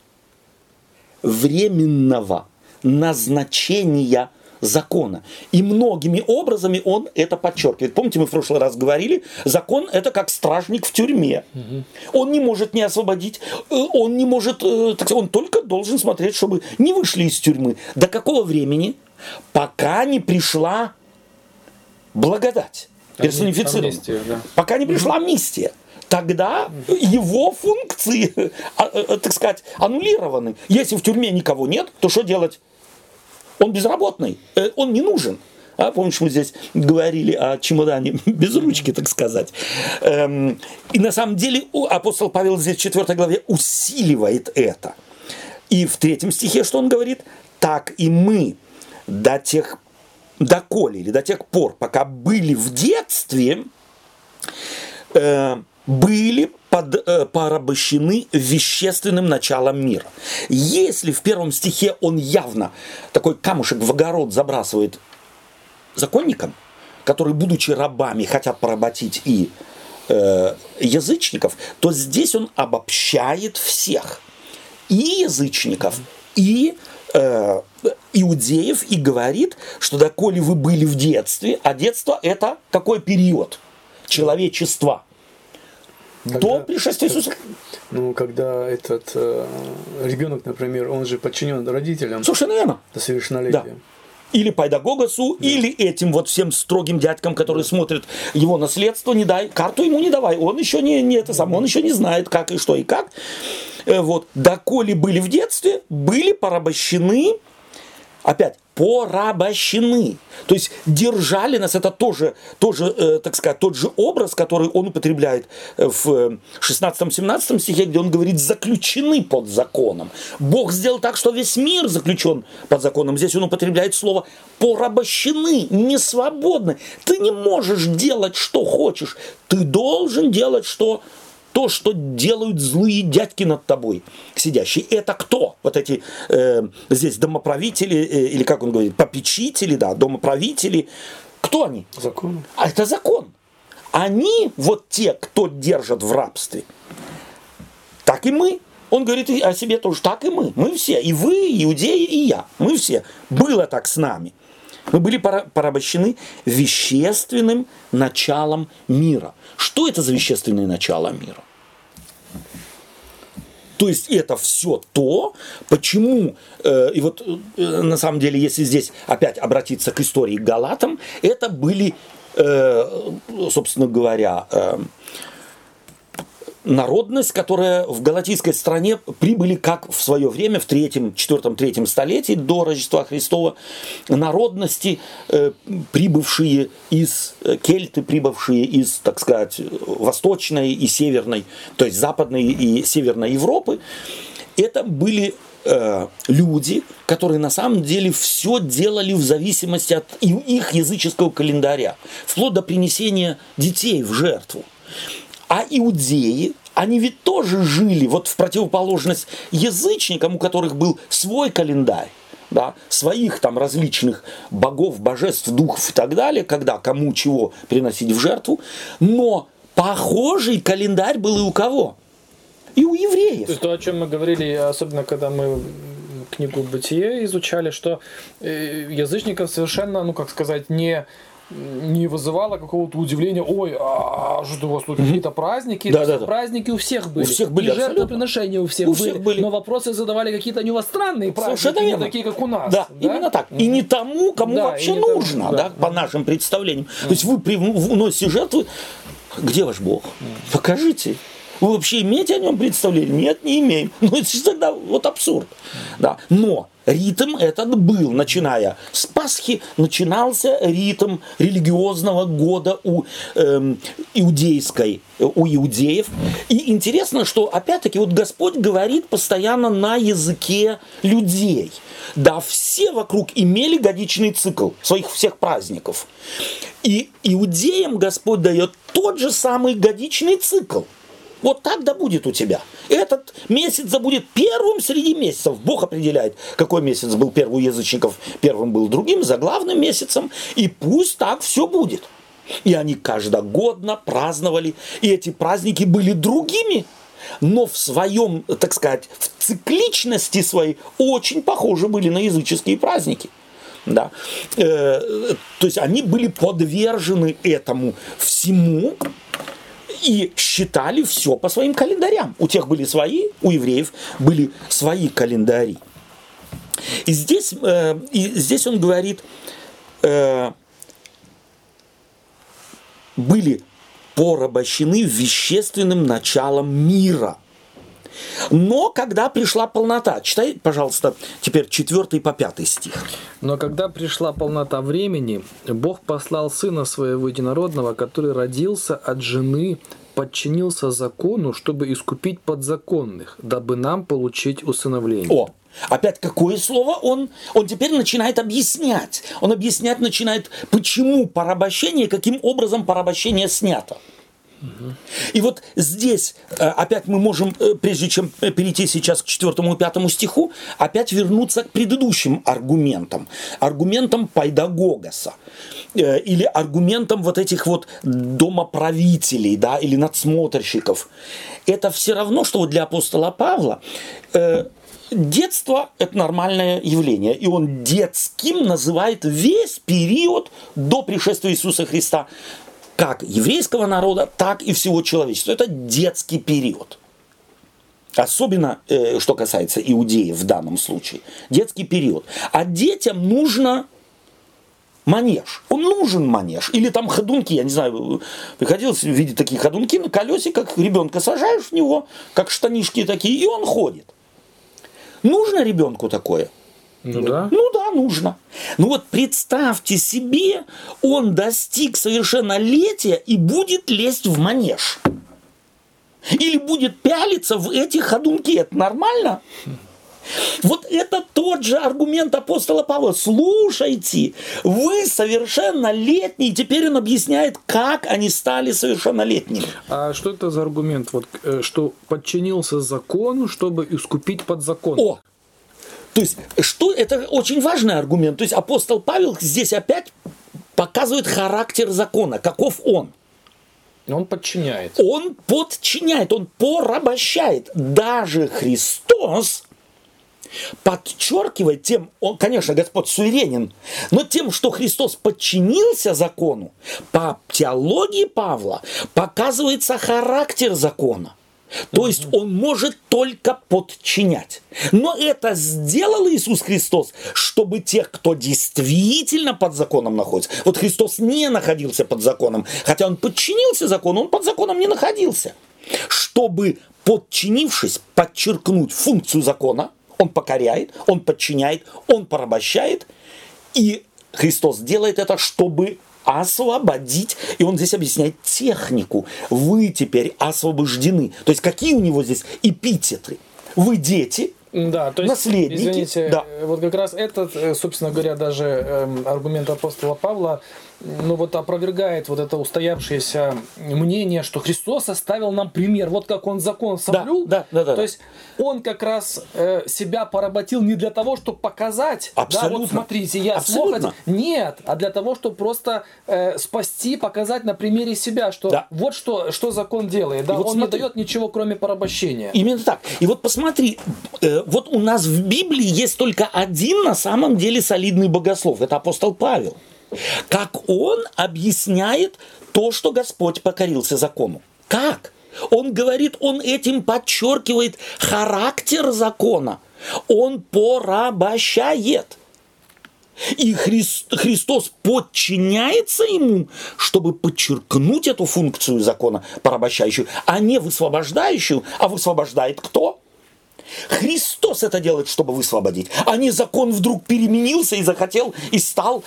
Speaker 1: Временного назначения закона. И многими образами он это подчеркивает. Помните, мы в прошлый раз говорили, закон это как стражник в тюрьме. Он не может не освободить, он не может, он только должен смотреть, чтобы не вышли из тюрьмы. До какого времени? Пока не пришла благодать персонифицированная.
Speaker 2: Амнистия, да.
Speaker 1: Пока не пришла амнистия. Тогда его функции, так сказать, аннулированы. Если в тюрьме никого нет, то что делать? Он безработный, он не нужен. Помнишь, мы здесь говорили о чемодане без ручки, так сказать. И на самом деле апостол Павел здесь в 4 главе усиливает это. И в 3 стихе что он говорит? Так и мы доколе или до тех пор, пока были в детстве, были порабощены вещественным началом мира. Если в 1 стихе он явно такой камушек в огород забрасывает законникам, которые, будучи рабами, хотят поработить и язычников, то здесь он обобщает всех. И язычников, и иудеев и говорит, что доколе вы были в детстве, а детство это какой период человечества? До пришествия Иисуса.
Speaker 3: Ну, когда этот ребенок, например, он же подчинен родителям
Speaker 1: Совершенно верно.
Speaker 3: до совершеннолетия.
Speaker 1: Да. Или пайдагогосу, или этим вот всем строгим дядькам, которые смотрят его наследство, не дай, карту ему не давай, он еще не это самое, он еще не знает, как и что и как. Вот, доколе были в детстве, были порабощены, опять, порабощены. То есть держали нас, это тоже так сказать, тот же образ, который он употребляет в 16-17 стихе, где он говорит, заключены под законом. Бог сделал так, что весь мир заключен под законом. Здесь он употребляет слово порабощены, не свободны. Ты не можешь делать, что хочешь. Ты должен делать, то, что делают злые дядьки над тобой сидящие. Это кто? Вот эти здесь домоправители, или как он говорит, попечители, да, домоправители. Кто они?
Speaker 3: Закон.
Speaker 1: А это закон. Они вот те, кто держат в рабстве. Так и мы. Он говорит о себе тоже, так и мы. Мы все, и вы, иудеи, и я. Мы все. Было так с нами. Мы были порабощены вещественным началом мира. Что это за вещественное начало мира? То есть это все то, почему, и вот на самом деле, если здесь опять обратиться к истории Галатам, это были, собственно говоря, народность, которая в галатийской стране прибыли, как в свое время, в 4-3 столетии до Рождества Христова, народности, прибывшие из кельты, прибывшие из, так сказать, восточной и северной, то есть западной и северной Европы. Это были люди, которые на самом деле все делали в зависимости от их языческого календаря, вплоть до принесения детей в жертву. А иудеи, они ведь тоже жили вот в противоположность язычникам, у которых был свой календарь, да, своих там различных богов, божеств, духов и так далее, когда кому чего приносить в жертву. Но похожий календарь был и у кого? И у евреев.
Speaker 2: То есть то, о чем мы говорили, особенно когда мы книгу «Бытие» изучали, что язычников совершенно, ну как сказать, не вызывало какого-то удивления, ой, а что у вас тут какие-то праздники?
Speaker 1: Да.
Speaker 2: Праздники у всех были.
Speaker 1: У всех были,
Speaker 2: и жертвоприношения у всех были. Но вопросы задавали какие-то у него странные праздники, не такие, как у нас.
Speaker 1: Да, именно так. И не тому, кому вообще нужно, да, по нашим представлениям. То есть вы вносите жертвы, где ваш Бог? Покажите. Вы вообще имеете о нем представление? Нет, не имеем. Ну, это же тогда вот абсурд. Да. Но ритм этот был, начиная с Пасхи, начинался ритм религиозного года у иудеев. И интересно, что опять-таки вот Господь говорит постоянно на языке людей. Да, все вокруг имели годичный цикл своих всех праздников. И иудеям Господь дает тот же самый годичный цикл. Вот так да будет у тебя. Этот месяц да будет первым среди месяцев. Бог определяет, какой месяц был первый у язычников, первым был другим, заглавным месяцем. И пусть так все будет. И они каждогодно праздновали. И эти праздники были другими. Но в своем, так сказать, в цикличности своей очень похожи были на языческие праздники. Да. То есть они были подвержены этому всему. И считали все по своим календарям. У тех были свои, у евреев были свои календари. И здесь он говорит, были порабощены вещественным началом мира. Но когда пришла полнота, читай, пожалуйста, теперь 4 по 5 стих.
Speaker 2: Но когда пришла полнота времени, Бог послал Сына Своего Единородного, который родился от жены, подчинился закону, чтобы искупить подзаконных, дабы нам получить усыновление.
Speaker 1: О, опять какое слово? Он теперь начинает объяснять. Он объяснять начинает, почему порабощение, каким образом порабощение снято. И вот здесь опять мы можем, прежде чем перейти сейчас к 4 и 5 стиху, опять вернуться к предыдущим аргументам. Аргументам пайдагогоса. Или аргументам вот этих вот домоправителей, да, или надсмотрщиков. Это все равно, что вот для апостола Павла детство – это нормальное явление. И он детским называет весь период до пришествия Иисуса Христа. Как еврейского народа, так и всего человечества. Это детский период. Особенно, что касается иудеев в данном случае. Детский период. А детям нужно манеж. Он нужен манеж. Или там ходунки, я не знаю, приходилось видеть такие ходунки на колесиках, ребенка сажаешь в него, как штанишки такие, и он ходит. Нужно ребенку такое?
Speaker 2: Ну да.
Speaker 1: Ну да, нужно. Ну вот представьте себе, он достиг совершеннолетия и будет лезть в манеж. Или будет пялиться в эти ходунки. Это нормально? Вот это тот же аргумент апостола Павла. Слушайте, вы совершеннолетние. Теперь он объясняет, как они стали совершеннолетними.
Speaker 2: А что это за аргумент? Вот, что подчинился закону, чтобы искупить подзакон.
Speaker 1: О! То есть, что это очень важный аргумент. То есть, апостол Павел здесь опять показывает характер закона. Каков он?
Speaker 2: Он подчиняет.
Speaker 1: Он подчиняет, он порабощает. Даже Христос подчеркивает тем, он, конечно, Господь суверенен, но тем, что Христос подчинился закону, по теологии Павла показывается характер закона. То есть он может только подчинять. Но это сделал Иисус Христос, чтобы тех, кто действительно под законом находится. Вот Христос не находился под законом, хотя он подчинился закону, он под законом не находился. Чтобы, подчинившись, подчеркнуть функцию закона, он покоряет, он подчиняет, он порабощает. И Христос делает это, чтобы освободить. И он здесь объясняет технику. Вы теперь освобождены. То есть какие у него здесь эпитеты? Вы дети,
Speaker 2: да, то есть,
Speaker 1: наследники.
Speaker 2: Извините,
Speaker 1: да.
Speaker 2: Вот как раз этот, собственно говоря, даже аргумент апостола Павла, ну вот опровергает вот это устоявшееся мнение, что Христос оставил нам пример. Вот как он закон соблюл.
Speaker 1: Да.
Speaker 2: То есть он как раз себя поработил не для того, чтобы показать,
Speaker 1: абсолютно.
Speaker 2: да, вот смотрите, я смог. Нет, а для того, чтобы просто спасти, показать на примере себя, что вот что закон делает. Да?
Speaker 1: Вот
Speaker 2: он не дает ничего, кроме порабощения.
Speaker 1: Именно так. И вот посмотри, вот у нас в Библии есть только один на самом деле солидный богослов. Это апостол Павел. Как он объясняет то, что Господь покорился закону. Как? Он говорит, он этим подчеркивает характер закона. Он порабощает. И Христос подчиняется ему, чтобы подчеркнуть эту функцию закона порабощающую, а не высвобождающую. А высвобождает кто? Христос это делает, чтобы высвободить. А не закон вдруг переменился и захотел, и стал,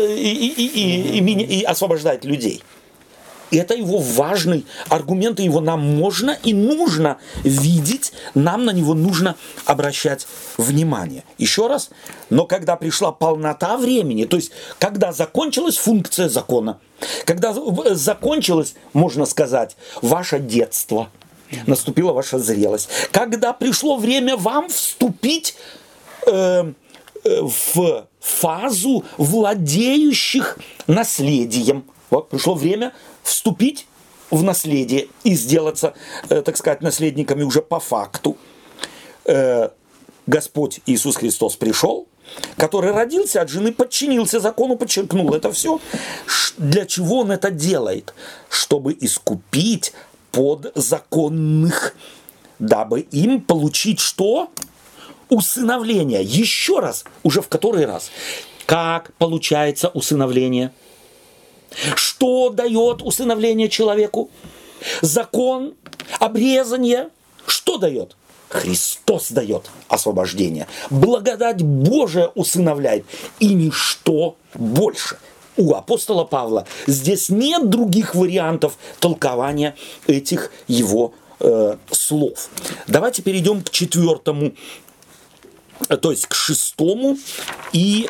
Speaker 1: и освобождать людей. И это его важный аргумент, и его нам можно и нужно видеть, нам на него нужно обращать внимание. Еще раз, но когда пришла полнота времени, то есть когда закончилась функция закона, когда закончилось, можно сказать, ваше детство, наступила ваша зрелость, когда пришло время вам вступить в фазу владеющих наследием, вот пришло время вступить в наследие и сделаться, так сказать, наследниками уже по факту. Господь Иисус Христос пришел, который родился от жены, подчинился закону, подчеркнул это все. Для чего он это делает? Чтобы искупить подзаконных, дабы им получить что? Усыновление. Еще раз, уже в который раз. Как получается усыновление? Что дает усыновление человеку? Закон, обрезание. Что дает? Христос дает освобождение. Благодать Божия усыновляет. И ничто больше. У апостола Павла здесь нет других вариантов толкования этих его слов. Давайте перейдем к 4, то есть к 6 и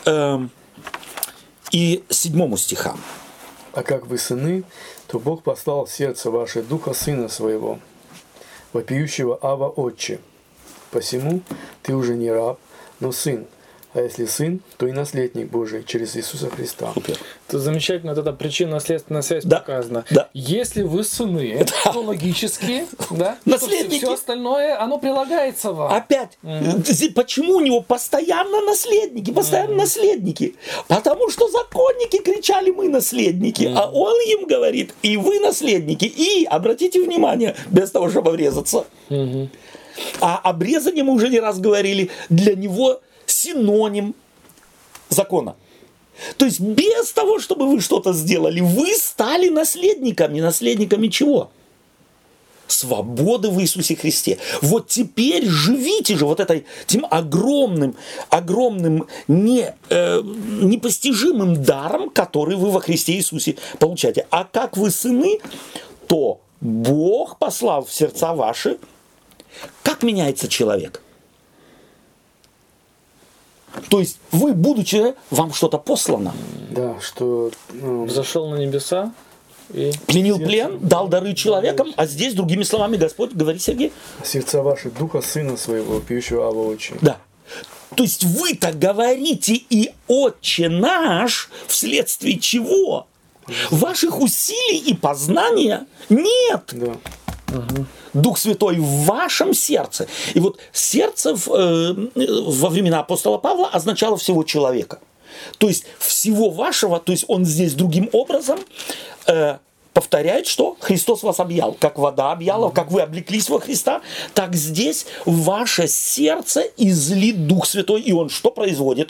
Speaker 1: 7 стихам.
Speaker 3: А как вы сыны, то Бог послал в сердце ваше духа Сына Своего, вопиющего Ава Отче. Посему ты уже не раб, но сын. А если сын, то и наследник Божий через Иисуса Христа.
Speaker 1: Супер.
Speaker 2: Это замечательно, вот эта причинно-следственная связь
Speaker 1: Да.
Speaker 2: показана.
Speaker 1: Да.
Speaker 2: Если вы сыны, то логически, да,
Speaker 1: Наследники.
Speaker 2: все остальное, оно прилагается вам.
Speaker 1: Опять, почему у него постоянно наследники? Потому что законники кричали: мы наследники, а он им говорит: и вы наследники. И, обратите внимание, без того, чтобы обрезаться. А обрезание, мы уже не раз говорили, для него синоним закона. То есть без того, чтобы вы что-то сделали, вы стали наследниками. Наследниками чего? Свободы в Иисусе Христе. Вот теперь живите же вот этим огромным непостижимым даром, который вы во Христе Иисусе получаете. А как вы сыны, то Бог послал в сердца ваши. Как меняется человек? То есть вы, будучи, вам что-то послано.
Speaker 3: Да, что
Speaker 2: Взошел на небеса и...
Speaker 1: Пленил плен, дал дары человекам, а здесь, другими словами, Господь, говорит Сергей.
Speaker 3: сердца ваши духа Сына Своего, пьющего Авва Отче.
Speaker 1: Да. То есть вы-то говорите и Отче наш, вследствие чего? Ваших усилий и познания нет.
Speaker 3: Да.
Speaker 1: Дух Святой в вашем сердце. И вот сердце во времена апостола Павла означало всего человека. То есть всего вашего, то есть он здесь другим образом повторяет, что Христос вас объял. Как вода объяла, как вы облеклись во Христа, так здесь в ваше сердце излит Дух Святой. И он что производит?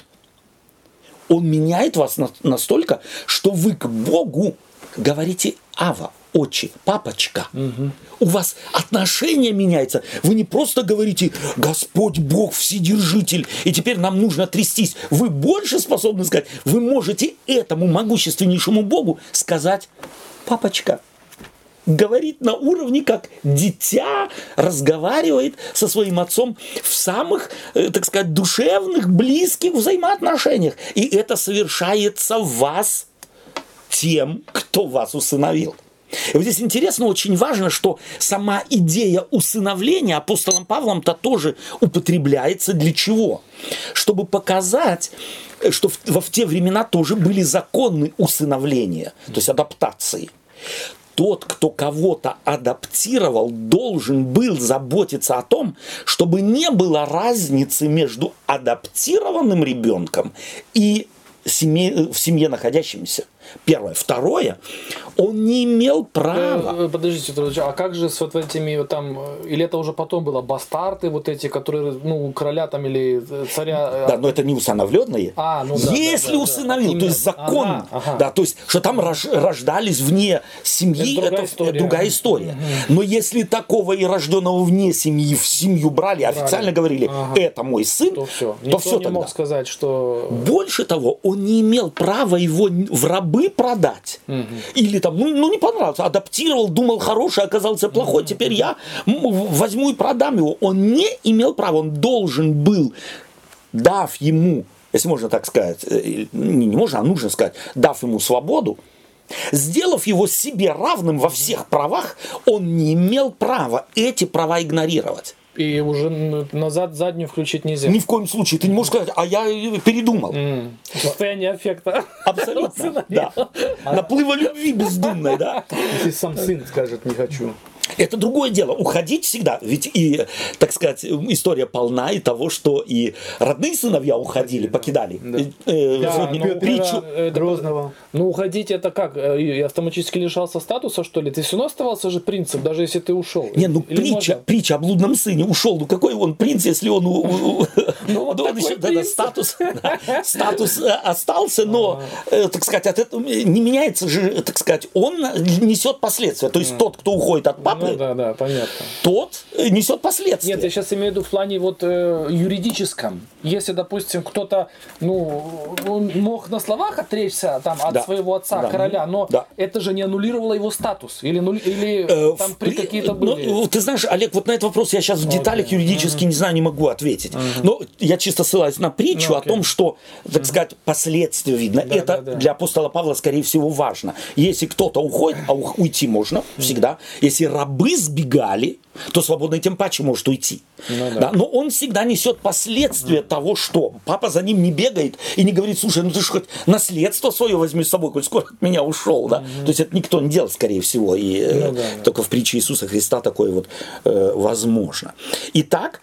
Speaker 1: Он меняет вас настолько, что вы к Богу говорите: Ава, Отче, папочка. У вас отношение меняется. Вы не просто говорите: Господь Бог Вседержитель, и теперь нам нужно трястись. Вы больше способны сказать. Вы можете этому могущественнейшему Богу сказать: папочка. Говорит на уровне, как дитя разговаривает со своим отцом в самых, так сказать, душевных, близких взаимоотношениях. И это совершается в вас тем, кто вас усыновил. И вот здесь интересно, очень важно, что сама идея усыновления апостолом Павлом-то тоже употребляется для чего? Чтобы показать, что в те времена тоже были законы усыновления, то есть адаптации. Тот, кто кого-то адаптировал, должен был заботиться о том, чтобы не было разницы между адаптированным ребенком и в семье находящимся. Первое. Второе, он не имел права.
Speaker 2: Подождите, а как же с вот этими там, или это уже потом было, бастарты вот эти, которые, ну, короля там или царя...
Speaker 1: Да, но это не усыновленные. Если усыновил,
Speaker 2: да.
Speaker 1: То есть закон, да, то есть, что там рождались вне семьи, это другая история. Но если такого и рожденного вне семьи в семью брали, официально говорили: это мой сын,
Speaker 2: то все.
Speaker 1: То все
Speaker 2: не
Speaker 1: тогда.
Speaker 2: Мог сказать, что...
Speaker 1: Больше того, он не имел права его в рабы продать. Или там, ну не понравился, адаптировал, думал хороший, оказался плохой, теперь я возьму и продам его. Он не имел права, он должен был, дав ему, если можно так сказать, не можно, а нужно сказать, дав ему свободу, сделав его себе равным во всех правах, он не имел права эти права игнорировать.
Speaker 2: И уже назад заднюю включить нельзя.
Speaker 1: Ни в коем случае. Ты не можешь сказать: а я передумал.
Speaker 2: Состояние аффекта.
Speaker 1: Абсолютно, да. Наплыва любви бездумной, да.
Speaker 3: Если сам сын скажет: не хочу.
Speaker 1: Это другое дело. Уходить всегда. Ведь и, так сказать, история полна и того, что и родные сыновья уходили, покидали.
Speaker 3: Притчу Грозного.
Speaker 2: Ну, уходить это как? И автоматически лишался статуса, что ли? Ты все равно оставался же принцем, даже если ты ушел.
Speaker 1: Не, ну притча о блудном сыне ушел. Ну какой он принц, если он статус остался, но, так сказать, от этого не меняется же, так сказать, он несет последствия. То есть тот, кто уходит от папы,
Speaker 2: да, понятно.
Speaker 1: тот несет последствия.
Speaker 2: Нет, я сейчас имею в виду в плане вот юридическом. Если, допустим, кто-то, он мог на словах отречься там от своего отца, короля, но это же не аннулировало его статус. Или там при какие-то были...
Speaker 1: Ты знаешь, Олег, вот на этот вопрос я сейчас в деталях юридически не знаю, не могу ответить. Но я чисто ссылаюсь на притчу о том, что, так сказать, последствия видно. Это для апостола Павла, скорее всего, важно. Если кто-то уходит, а уйти можно всегда. Если рабы сбегали, то свободный тем паче может уйти. Да? Но он всегда несет последствия того, что папа за ним не бегает и не говорит: слушай, ну ты же хоть наследство свое возьми с собой, коль скоро от меня ушел. Да? То есть это никто не делал, скорее всего. И только в притче Иисуса Христа такое вот возможно. Итак,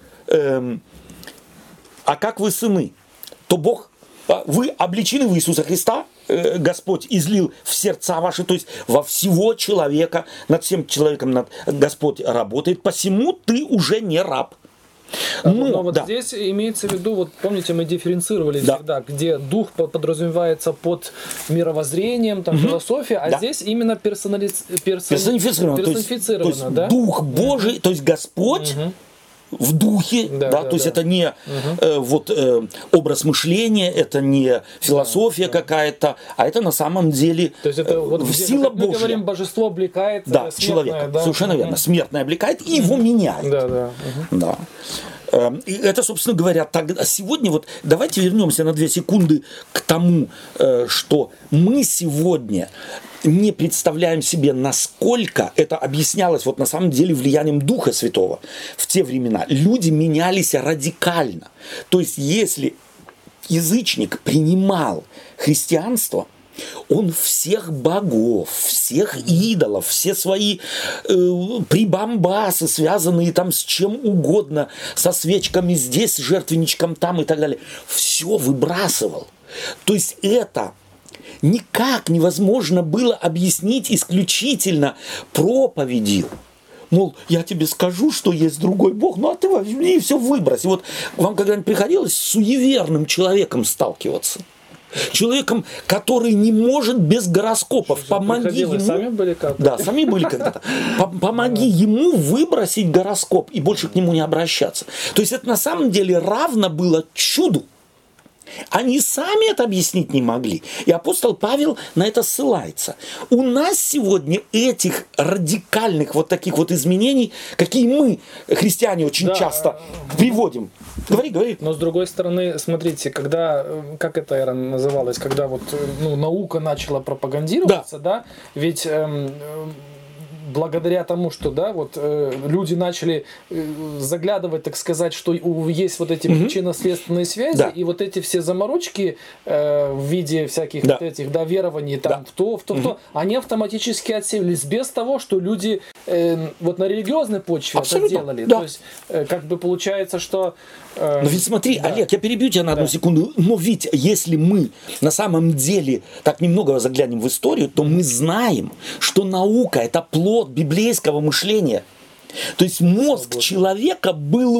Speaker 1: а как вы сыны, то Бог, вы обличены в Иисуса Христа, Господь излил в сердца ваши, то есть во всего человека, над всем человеком Господь работает, посему ты уже не раб.
Speaker 2: Но вот здесь имеется в виду, вот помните, мы дифференцировали всегда, где дух подразумевается под мировоззрением, там, философия, а здесь именно персонифицировано,
Speaker 1: то есть Дух Божий, то есть Господь в духе, то есть это не образ мышления, это не философия какая-то, а это на самом деле
Speaker 2: то есть это вот
Speaker 1: сила Божья. Мы говорим,
Speaker 2: божество облекает
Speaker 1: человека, совершенно верно, смертное облекает и его меняет. И это, собственно говоря, тогда, сегодня вот давайте вернемся на 2 секунды к тому, что мы сегодня не представляем себе, насколько это объяснялось вот на самом деле влиянием Духа Святого. В те времена люди менялись радикально. То есть если язычник принимал христианство, он всех богов, всех идолов, все свои прибамбасы, связанные там с чем угодно, со свечками здесь, с жертвенничком там и так далее, все выбрасывал. То есть это никак невозможно было объяснить исключительно проповедью. Мол, я тебе скажу, что есть другой Бог, ну а ты возьми и все выбрось. И вот вам когда-нибудь приходилось с суеверным человеком сталкиваться? Человеком, который не может без гороскопов. Помоги ему.
Speaker 2: Сами были как-то?
Speaker 1: Да, сами были когда-то. Помоги ему выбросить гороскоп и больше к нему не обращаться. То есть это на самом деле равно было чуду. Они сами это объяснить не могли. И апостол Павел на это ссылается. У нас сегодня этих радикальных вот таких вот изменений, какие мы, христиане, очень часто приводим. Говори.
Speaker 2: Но с другой стороны, смотрите, когда, как это, Эра, называлось, когда вот наука начала пропагандироваться, ведь благодаря тому, что люди начали заглядывать, так сказать, что есть вот эти причинно-следственные связи, и вот эти все заморочки в виде всяких вот этих верований, там, в то, они автоматически отсеивались без того, что люди вот на религиозной почве это делали. То есть, как бы получается, что...
Speaker 1: Но ведь смотри, Олег, я перебью тебя на одну секунду, но ведь если мы на самом деле так немного заглянем в историю, то мы знаем, что наука – это плод библейского мышления. То есть мозг человека был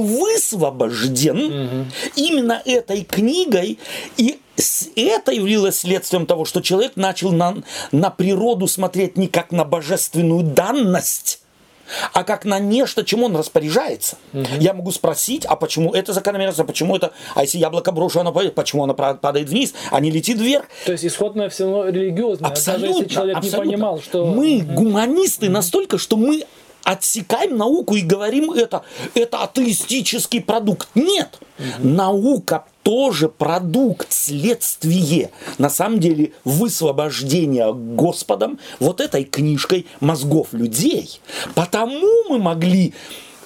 Speaker 1: высвобожден именно этой книгой, и это являлось следствием того, что человек начал на природу смотреть не как на божественную данность, а как на нечто, чем он распоряжается. Я могу спросить, а почему это закономерность, а почему это, а если яблоко брошу, оно падает, почему оно падает вниз, а не летит вверх?
Speaker 2: То есть исходное все равно религиозное,
Speaker 1: абсолютно,
Speaker 2: даже если человек не понимал, что...
Speaker 1: Мы гуманисты настолько, что мы отсекаем науку и говорим, это атеистический продукт. Нет, наука тоже продукт, следствие, на самом деле, высвобождения Господом вот этой книжкой мозгов людей. Потому мы могли,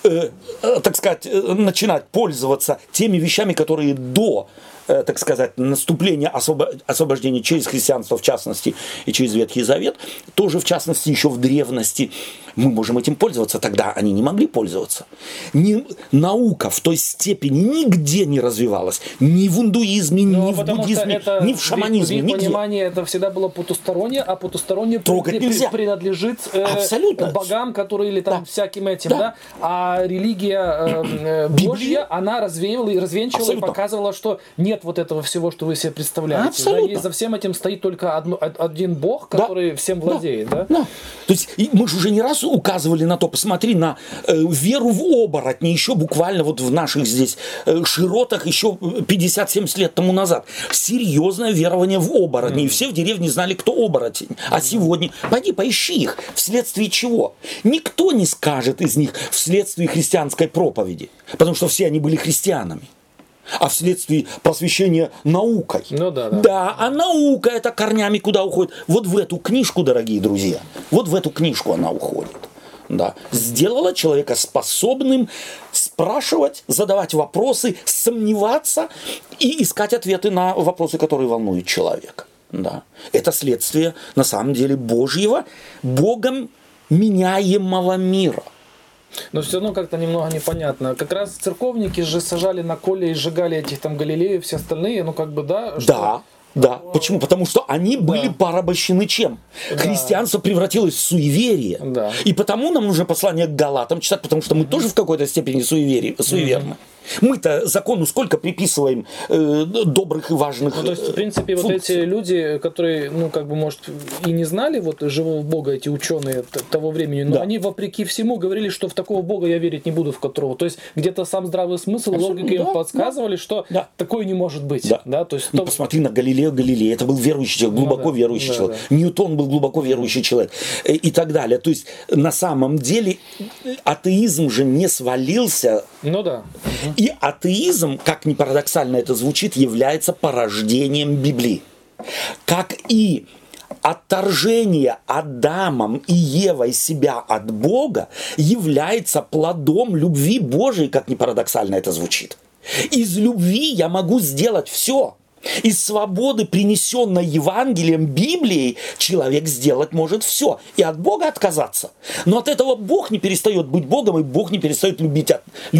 Speaker 1: так сказать, начинать пользоваться теми вещами, которые до, так сказать, наступления освобождения через христианство, в частности, и через Ветхий Завет, тоже, в частности, еще в древности, мы можем этим пользоваться, тогда они не могли пользоваться. Наука в той степени нигде не развивалась, ни в индуизме, ни в буддизме, ни в шаманизме,
Speaker 2: нигде. Понимание это всегда было потустороннее, а потустороннее принадлежит богам, которые или там всяким этим, а религия Божья, она развеивала и развенчивала и показывала, что нет вот этого всего, что вы себе представляете. И за всем этим стоит только один Бог, который всем владеет.
Speaker 1: То есть мы же уже не раз указывали на то, посмотри на веру в оборотни, еще буквально вот в наших здесь широтах еще 50-70 лет тому назад. Серьезное верование в оборотни. И все в деревне знали, кто оборотень. А сегодня, пойди поищи их. Вследствие чего? Никто не скажет из них вследствие христианской проповеди. Потому что все они были христианами. а вследствие просвещения наукой.
Speaker 2: Ну да, да.
Speaker 1: Да, а наука это корнями куда уходит? Вот в эту книжку, дорогие друзья, вот в эту книжку она уходит. Да. Сделала человека способным спрашивать, задавать вопросы, сомневаться и искать ответы на вопросы, которые волнуют человека. Да. Это следствие, на самом деле, Божьего, Богом меняемого мира.
Speaker 2: Но все равно как-то немного непонятно. Как раз церковники же сажали на коле и сжигали этих там Галилеев, все остальные, ну как бы, да? Что...
Speaker 1: Да. Да. Почему? Потому что они были порабощены чем?
Speaker 2: Да.
Speaker 1: Христианство превратилось в суеверие.
Speaker 2: Да.
Speaker 1: И потому нам нужно послание к Галатам читать, потому что мы тоже в какой-то степени суеверны. Мы-то закону сколько приписываем добрых и важных
Speaker 2: Ну, то есть, в принципе,
Speaker 1: функций.
Speaker 2: вот эти люди, которые, ну, как бы, может, и не знали вот живого Бога, эти ученые того времени, но
Speaker 1: Да.
Speaker 2: они, вопреки всему, говорили, что в такого Бога я верить не буду, в которого. То есть, где-то сам здравый смысл,
Speaker 1: Абсолютно,
Speaker 2: логика им
Speaker 1: да,
Speaker 2: подсказывали, что
Speaker 1: да.
Speaker 2: такое не может быть.
Speaker 1: Да.
Speaker 2: То есть,
Speaker 1: Ну, посмотри на Галилео Галилей. Это был верующий человек, глубоко
Speaker 2: да,
Speaker 1: верующий
Speaker 2: да,
Speaker 1: человек. Ньютон был глубоко верующий человек. И так далее. То есть, на самом деле, атеизм же не свалился.
Speaker 2: ну да.
Speaker 1: И атеизм, как ни парадоксально это звучит, является порождением Библии. Как и отторжение Адамом и Евой себя от Бога является плодом любви Божией, как ни парадоксально это звучит. Из любви я могу сделать все. Из свободы, принесенной Евангелием, Библией, человек сделать может все. И от Бога отказаться. Но от этого Бог не перестает быть Богом, и Бог не перестает любить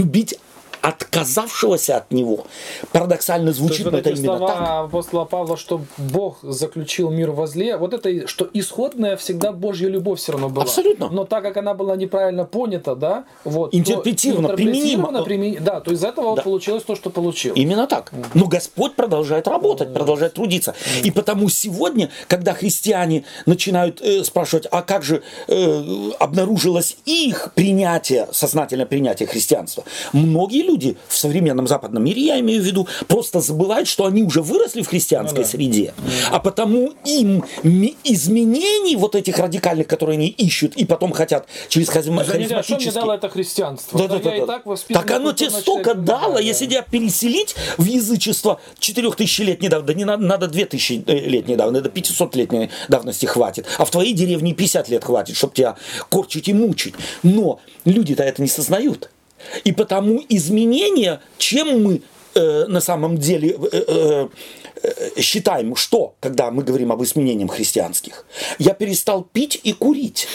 Speaker 1: отказавшегося от Него. Парадоксально звучит, но
Speaker 2: вот
Speaker 1: это
Speaker 2: эти
Speaker 1: именно
Speaker 2: слова
Speaker 1: так.
Speaker 2: апостола Павла, что Бог заключил мир возле, вот это, что исходная всегда Божья любовь все равно была.
Speaker 1: Абсолютно.
Speaker 2: Но так как она была неправильно понята, да, вот,
Speaker 1: Интерпретирована, применима.
Speaker 2: Да, то из этого вот получилось то, что получилось.
Speaker 1: Именно так. Но Господь продолжает работать, продолжает трудиться. И потому сегодня, когда христиане начинают спрашивать, а как же обнаружилось их принятие, сознательное принятие христианства, многие люди в современном западном мире, я имею в виду, просто забывают, что они уже выросли в христианской среде. А потому им изменений вот этих радикальных, которые они ищут, и потом хотят через
Speaker 2: Что мне
Speaker 1: харизматические...
Speaker 2: дало это христианство?
Speaker 1: Да.
Speaker 2: Я и так воспитан.
Speaker 1: Так оно тебе столько дало, если тебя переселить в язычество 4000-летней давности, да не надо 2000-летней давности, это 500-летней давности хватит, а в твоей деревне 50 лет хватит, чтобы тебя корчить и мучить. Но люди-то это не сознают. И потому изменения, чем мы на самом деле считаем, что, когда мы говорим об изменениях христианских, я перестал пить и курить.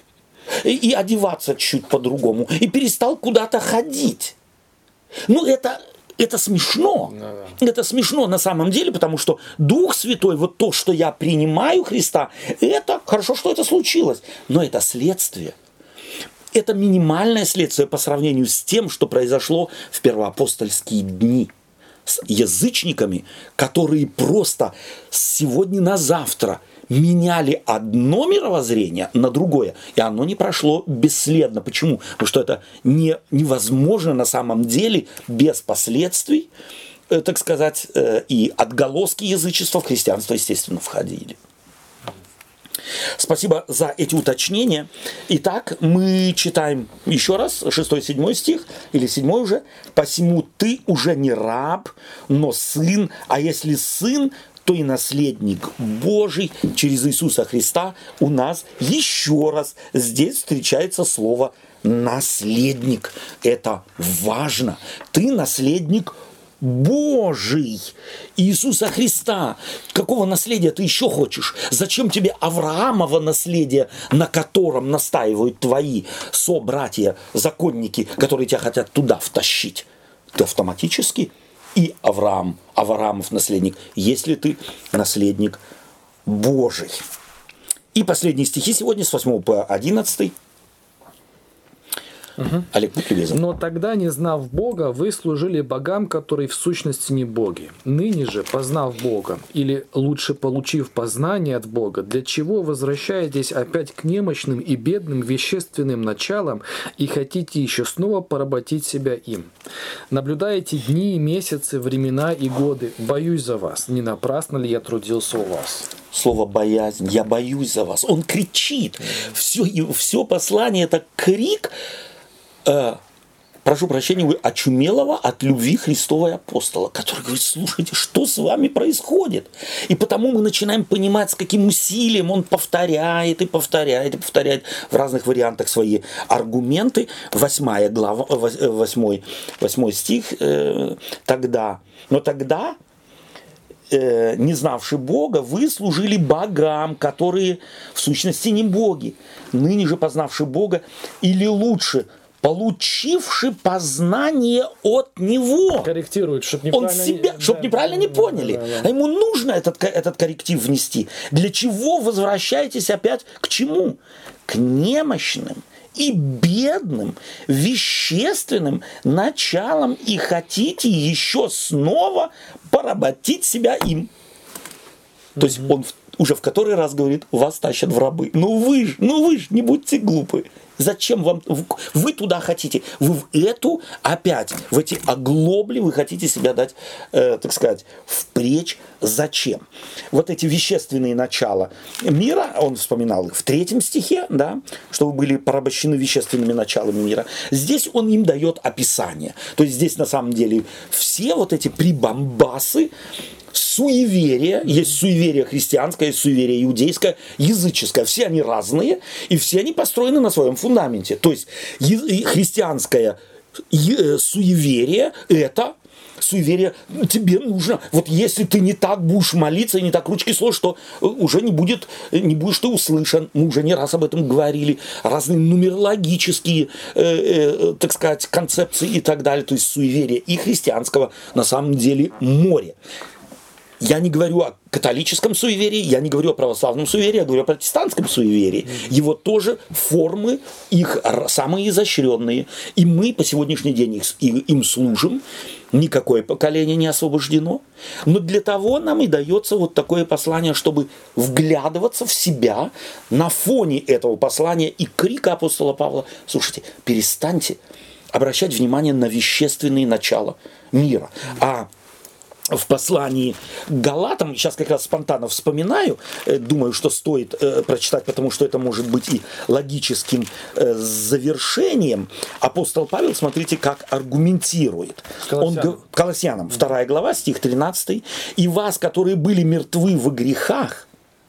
Speaker 1: И одеваться чуть по-другому. И перестал куда-то ходить. Ну, это смешно. Это смешно на самом деле, потому что Дух Святой, вот то, что я принимаю Христа, это хорошо, что это случилось. Но это следствие. Это минимальное следствие по сравнению с тем, что произошло в первоапостольские дни. С язычниками, которые просто с сегодня на завтра меняли одно мировоззрение на другое, и оно не прошло бесследно. Почему? Потому что это невозможно на самом деле без последствий, так сказать, и отголоски язычества в христианство, естественно, входили. Спасибо за эти уточнения. Итак, мы читаем еще раз 6-7 стих, или 7 уже. «Посему ты уже не раб, но сын, а если сын, то и наследник Божий через Иисуса Христа». У нас еще раз здесь встречается слово «наследник». Это важно. Ты наследник Божий, Иисуса Христа. Какого наследия ты еще хочешь? Зачем тебе Авраамово наследие, на котором настаивают твои собратья, законники, которые тебя хотят туда втащить? Ты автоматически и Авраамов наследник, если ты наследник Божий. И последние стихи сегодня с 8 по 11. Олег, будь любезен.
Speaker 2: «Но тогда, не знав Бога, вы служили богам, которые в сущности не боги. Ныне же, познав Бога, или лучше получив познание от Бога, для чего возвращаетесь опять к немощным и бедным вещественным началам и хотите еще снова поработить себя им? Наблюдаете дни, месяцы, времена и годы. Боюсь за вас. Не напрасно ли я трудился у вас?»
Speaker 1: Слово «боязнь», я боюсь за вас. Он кричит. Все послание – это крик прошу прощения, вы очумелого от любви Христовой апостола, который говорит: слушайте, что с вами происходит? И потому мы начинаем понимать, с каким усилием он повторяет и повторяет и повторяет в разных вариантах свои аргументы. 8 глава, 8 стих. Тогда, не знавши Бога, вы служили богам, которые в сущности не боги. Ныне же, познавши Бога, или лучше, получивши познание от Него.
Speaker 2: Корректирует, чтобы
Speaker 1: Он
Speaker 2: неправильно,
Speaker 1: себя, чтобы неправильно не поняли. А ему нужно этот корректив внести. Для чего возвращаетесь опять к чему? К немощным и бедным, вещественным началам и хотите еще снова поработить себя им. То есть он уже в который раз говорит: вас тащат в рабы. Ну вы ж, не будьте глупы. Зачем вам, вы туда хотите, вы в эти оглобли вы хотите себя дать, так сказать, впречь. Зачем? Вот эти вещественные начала мира, он вспоминал их в 3 стихе, да, что вы были порабощены вещественными началами мира. Здесь он им дает описание. То есть здесь на самом деле все вот эти прибамбасы, суеверия, есть суеверие христианское, есть суеверие иудейское, языческое, все они разные, и все они построены на своем фундаменте. То есть христианское суеверие – это суеверие: тебе нужно, вот если ты не так будешь молиться и не так ручки сложишь, то уже не будешь ты услышан. Мы уже не раз об этом говорили. Разные нумерологические, так сказать, концепции и так далее. То есть суеверие и христианского на самом деле море. Я не говорю о католическом суеверии, я не говорю о православном суеверии, я говорю о протестантском суеверии. Его тоже формы, их самые изощренные. И мы по сегодняшний день им служим. Никакое поколение не освобождено. Но для того нам и дается вот такое послание, чтобы вглядываться в себя на фоне этого послания и крика апостола Павла: слушайте, перестаньте обращать внимание на вещественные начала мира. А в послании к Галатам, сейчас как раз спонтанно вспоминаю, думаю, что стоит прочитать, потому что это может быть и логическим завершением. Апостол Павел, смотрите, как аргументирует. Колоссянам, 2 глава, стих 13. «И вас, которые были мертвы во грехах,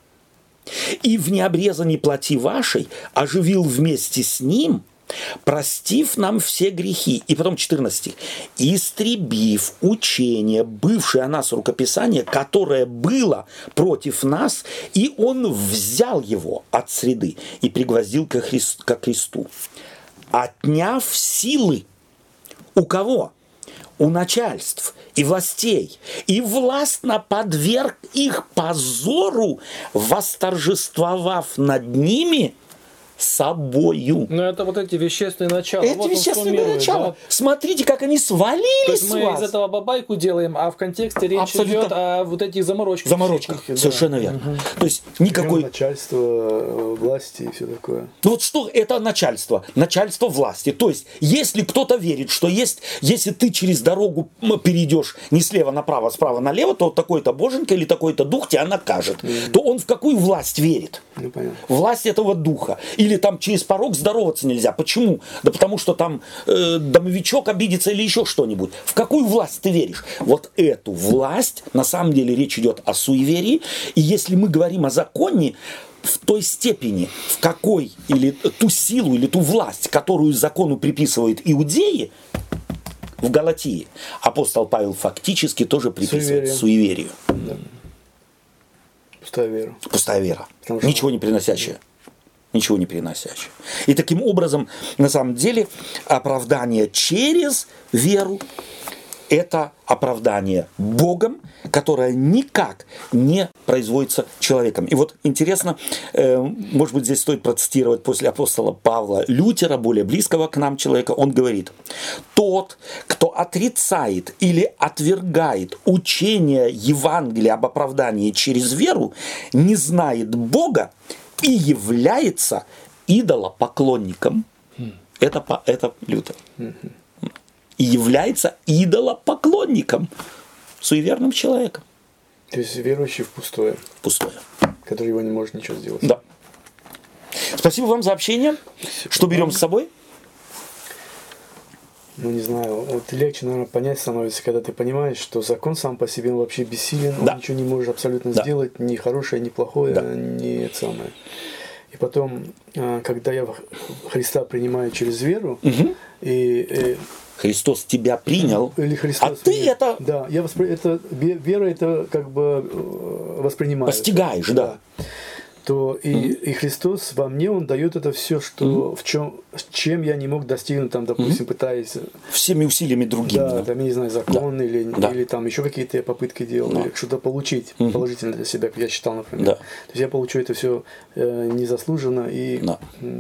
Speaker 1: и в необрезанной плоти вашей, оживил вместе с ним, простив нам все грехи». И потом 14. «Истребив учение, бывшее о нас рукописание, которое было против нас, и он взял его от среды и пригвоздил ко Христу, отняв силы». У кого? У начальств и властей, и властно подверг их позору, восторжествовав над ними собою.
Speaker 2: Ну, это вот эти вещественные начала.
Speaker 1: Эти вещественные начала. Да? Смотрите, как они свалились.
Speaker 2: То есть мы
Speaker 1: из
Speaker 2: этого бабайку делаем, а в контексте речь
Speaker 1: абсолютно
Speaker 2: идет о вот этих заморочках.
Speaker 1: Заморочках, совершенно верно. Угу. То есть никакой...
Speaker 3: Начальство, власти и все такое.
Speaker 1: Ну вот что это начальство? Начальство власти. То есть, если кто-то верит, что если ты через дорогу перейдешь не слева направо, а справа налево, то такой-то боженька или такой-то дух тебя накажет. То он в какую власть верит?
Speaker 3: Ну, понятно.
Speaker 1: Власть этого духа. Или там через порог здороваться нельзя. Почему? Да потому что там домовичок обидится или еще что-нибудь. В какую власть ты веришь? Вот эту власть, на самом деле речь идет о суеверии. И если мы говорим о законе, в той степени, в какой, или ту силу, или ту власть, которую закону приписывают иудеи в Галатии, апостол Павел фактически тоже приписывает суеверию.
Speaker 3: Да. Пустая вера.
Speaker 1: Пустая вера. Ничего не приносящая. Ничего не переносящее. И таким образом, на самом деле, оправдание через веру – это оправдание Богом, которое никак не производится человеком. И вот интересно, может быть, здесь стоит процитировать после апостола Павла Лютера, более близкого к нам человека. Он говорит: «Тот, кто отрицает или отвергает учение Евангелия об оправдании через веру, не знает Бога и является идолопоклонником». Это Лютер. И является идолопоклонником, суеверным человеком.
Speaker 3: То есть верующий в пустое.
Speaker 1: Пустое.
Speaker 3: Который его не может ничего сделать.
Speaker 1: Да. Спасибо вам за общение. Спасибо. Что берем с собой?
Speaker 3: ну не знаю, вот легче, наверное, понять становится, когда ты понимаешь, что закон сам по себе он вообще бессилен,
Speaker 1: Да.
Speaker 3: он ничего не может абсолютно
Speaker 1: Да.
Speaker 3: сделать, ни хорошее, ни плохое,
Speaker 1: Да.
Speaker 3: ни это самое. И потом, когда я Христа принимаю через веру, и
Speaker 1: Христос тебя принял,
Speaker 3: или Христос
Speaker 1: а ты
Speaker 3: меня-
Speaker 1: это
Speaker 3: да, вера это как бы воспринимаю.
Speaker 1: постигаешь, да.
Speaker 3: То и Христос во мне, Он дает это все, что чем я не мог достигнуть, там, допустим, пытаясь,
Speaker 1: Всеми усилиями другими.
Speaker 3: да, там, я не знаю, закон
Speaker 1: Да.
Speaker 3: или там еще какие-то я попытки делал, или что-то получить положительно для себя, как я считал, например.
Speaker 1: Да.
Speaker 3: То есть я получу это все незаслуженно и
Speaker 1: Да.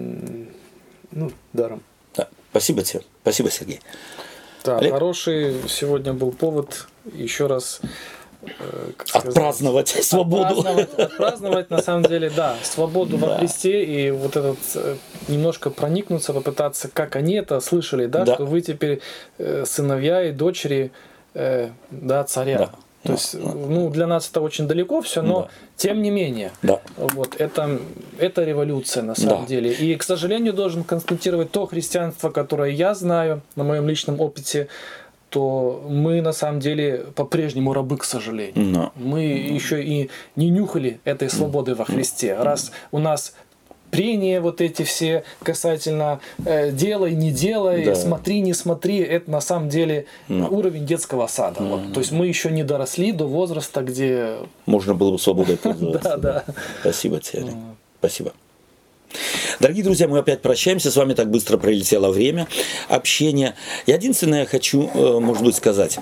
Speaker 3: ну, даром.
Speaker 1: Да. Спасибо тебе. Спасибо, Сергей.
Speaker 2: Да,
Speaker 1: Олег?
Speaker 2: хороший сегодня был повод еще раз как сказать,
Speaker 1: Отпраздновать свободу.
Speaker 2: Отпраздновать, на самом деле, да, свободу во Христе и вот этот немножко проникнуться, попытаться, как они это слышали, да,
Speaker 1: Да.
Speaker 2: что вы теперь сыновья и дочери да, царя.
Speaker 1: Да.
Speaker 2: То есть, ну, для нас это очень далеко все, но
Speaker 1: Да.
Speaker 2: тем не менее,
Speaker 1: Да.
Speaker 2: вот это революция на самом
Speaker 1: Да.
Speaker 2: деле. И, к сожалению, должен констатировать то христианство, которое я знаю на моем личном опыте, то мы на самом деле по-прежнему рабы, к сожалению.
Speaker 1: Да.
Speaker 2: Мы еще и не нюхали этой свободы во Христе. Раз у нас прения вот эти все касательно делай, не делай,
Speaker 1: Да.
Speaker 2: смотри, не смотри, это на самом деле уровень детского сада. Вот. То есть мы еще не доросли до возраста, где...
Speaker 1: Можно было бы свободой пользоваться.
Speaker 2: Да.
Speaker 1: Спасибо тебе. Олег. Спасибо. Дорогие друзья, мы опять прощаемся. С вами так быстро пролетело время общения. И единственное, я хочу, может быть, сказать,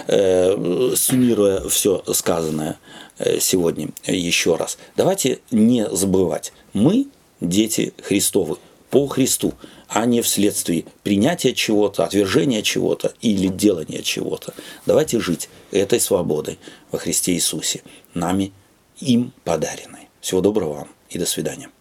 Speaker 1: суммируя все сказанное сегодня еще раз. Давайте не забывать. Мы дети Христовы по Христу, а не вследствие принятия чего-то, отвержения чего-то или делания чего-то. Давайте жить этой свободой во Христе Иисусе, нами им подаренной. Всего доброго вам и до свидания.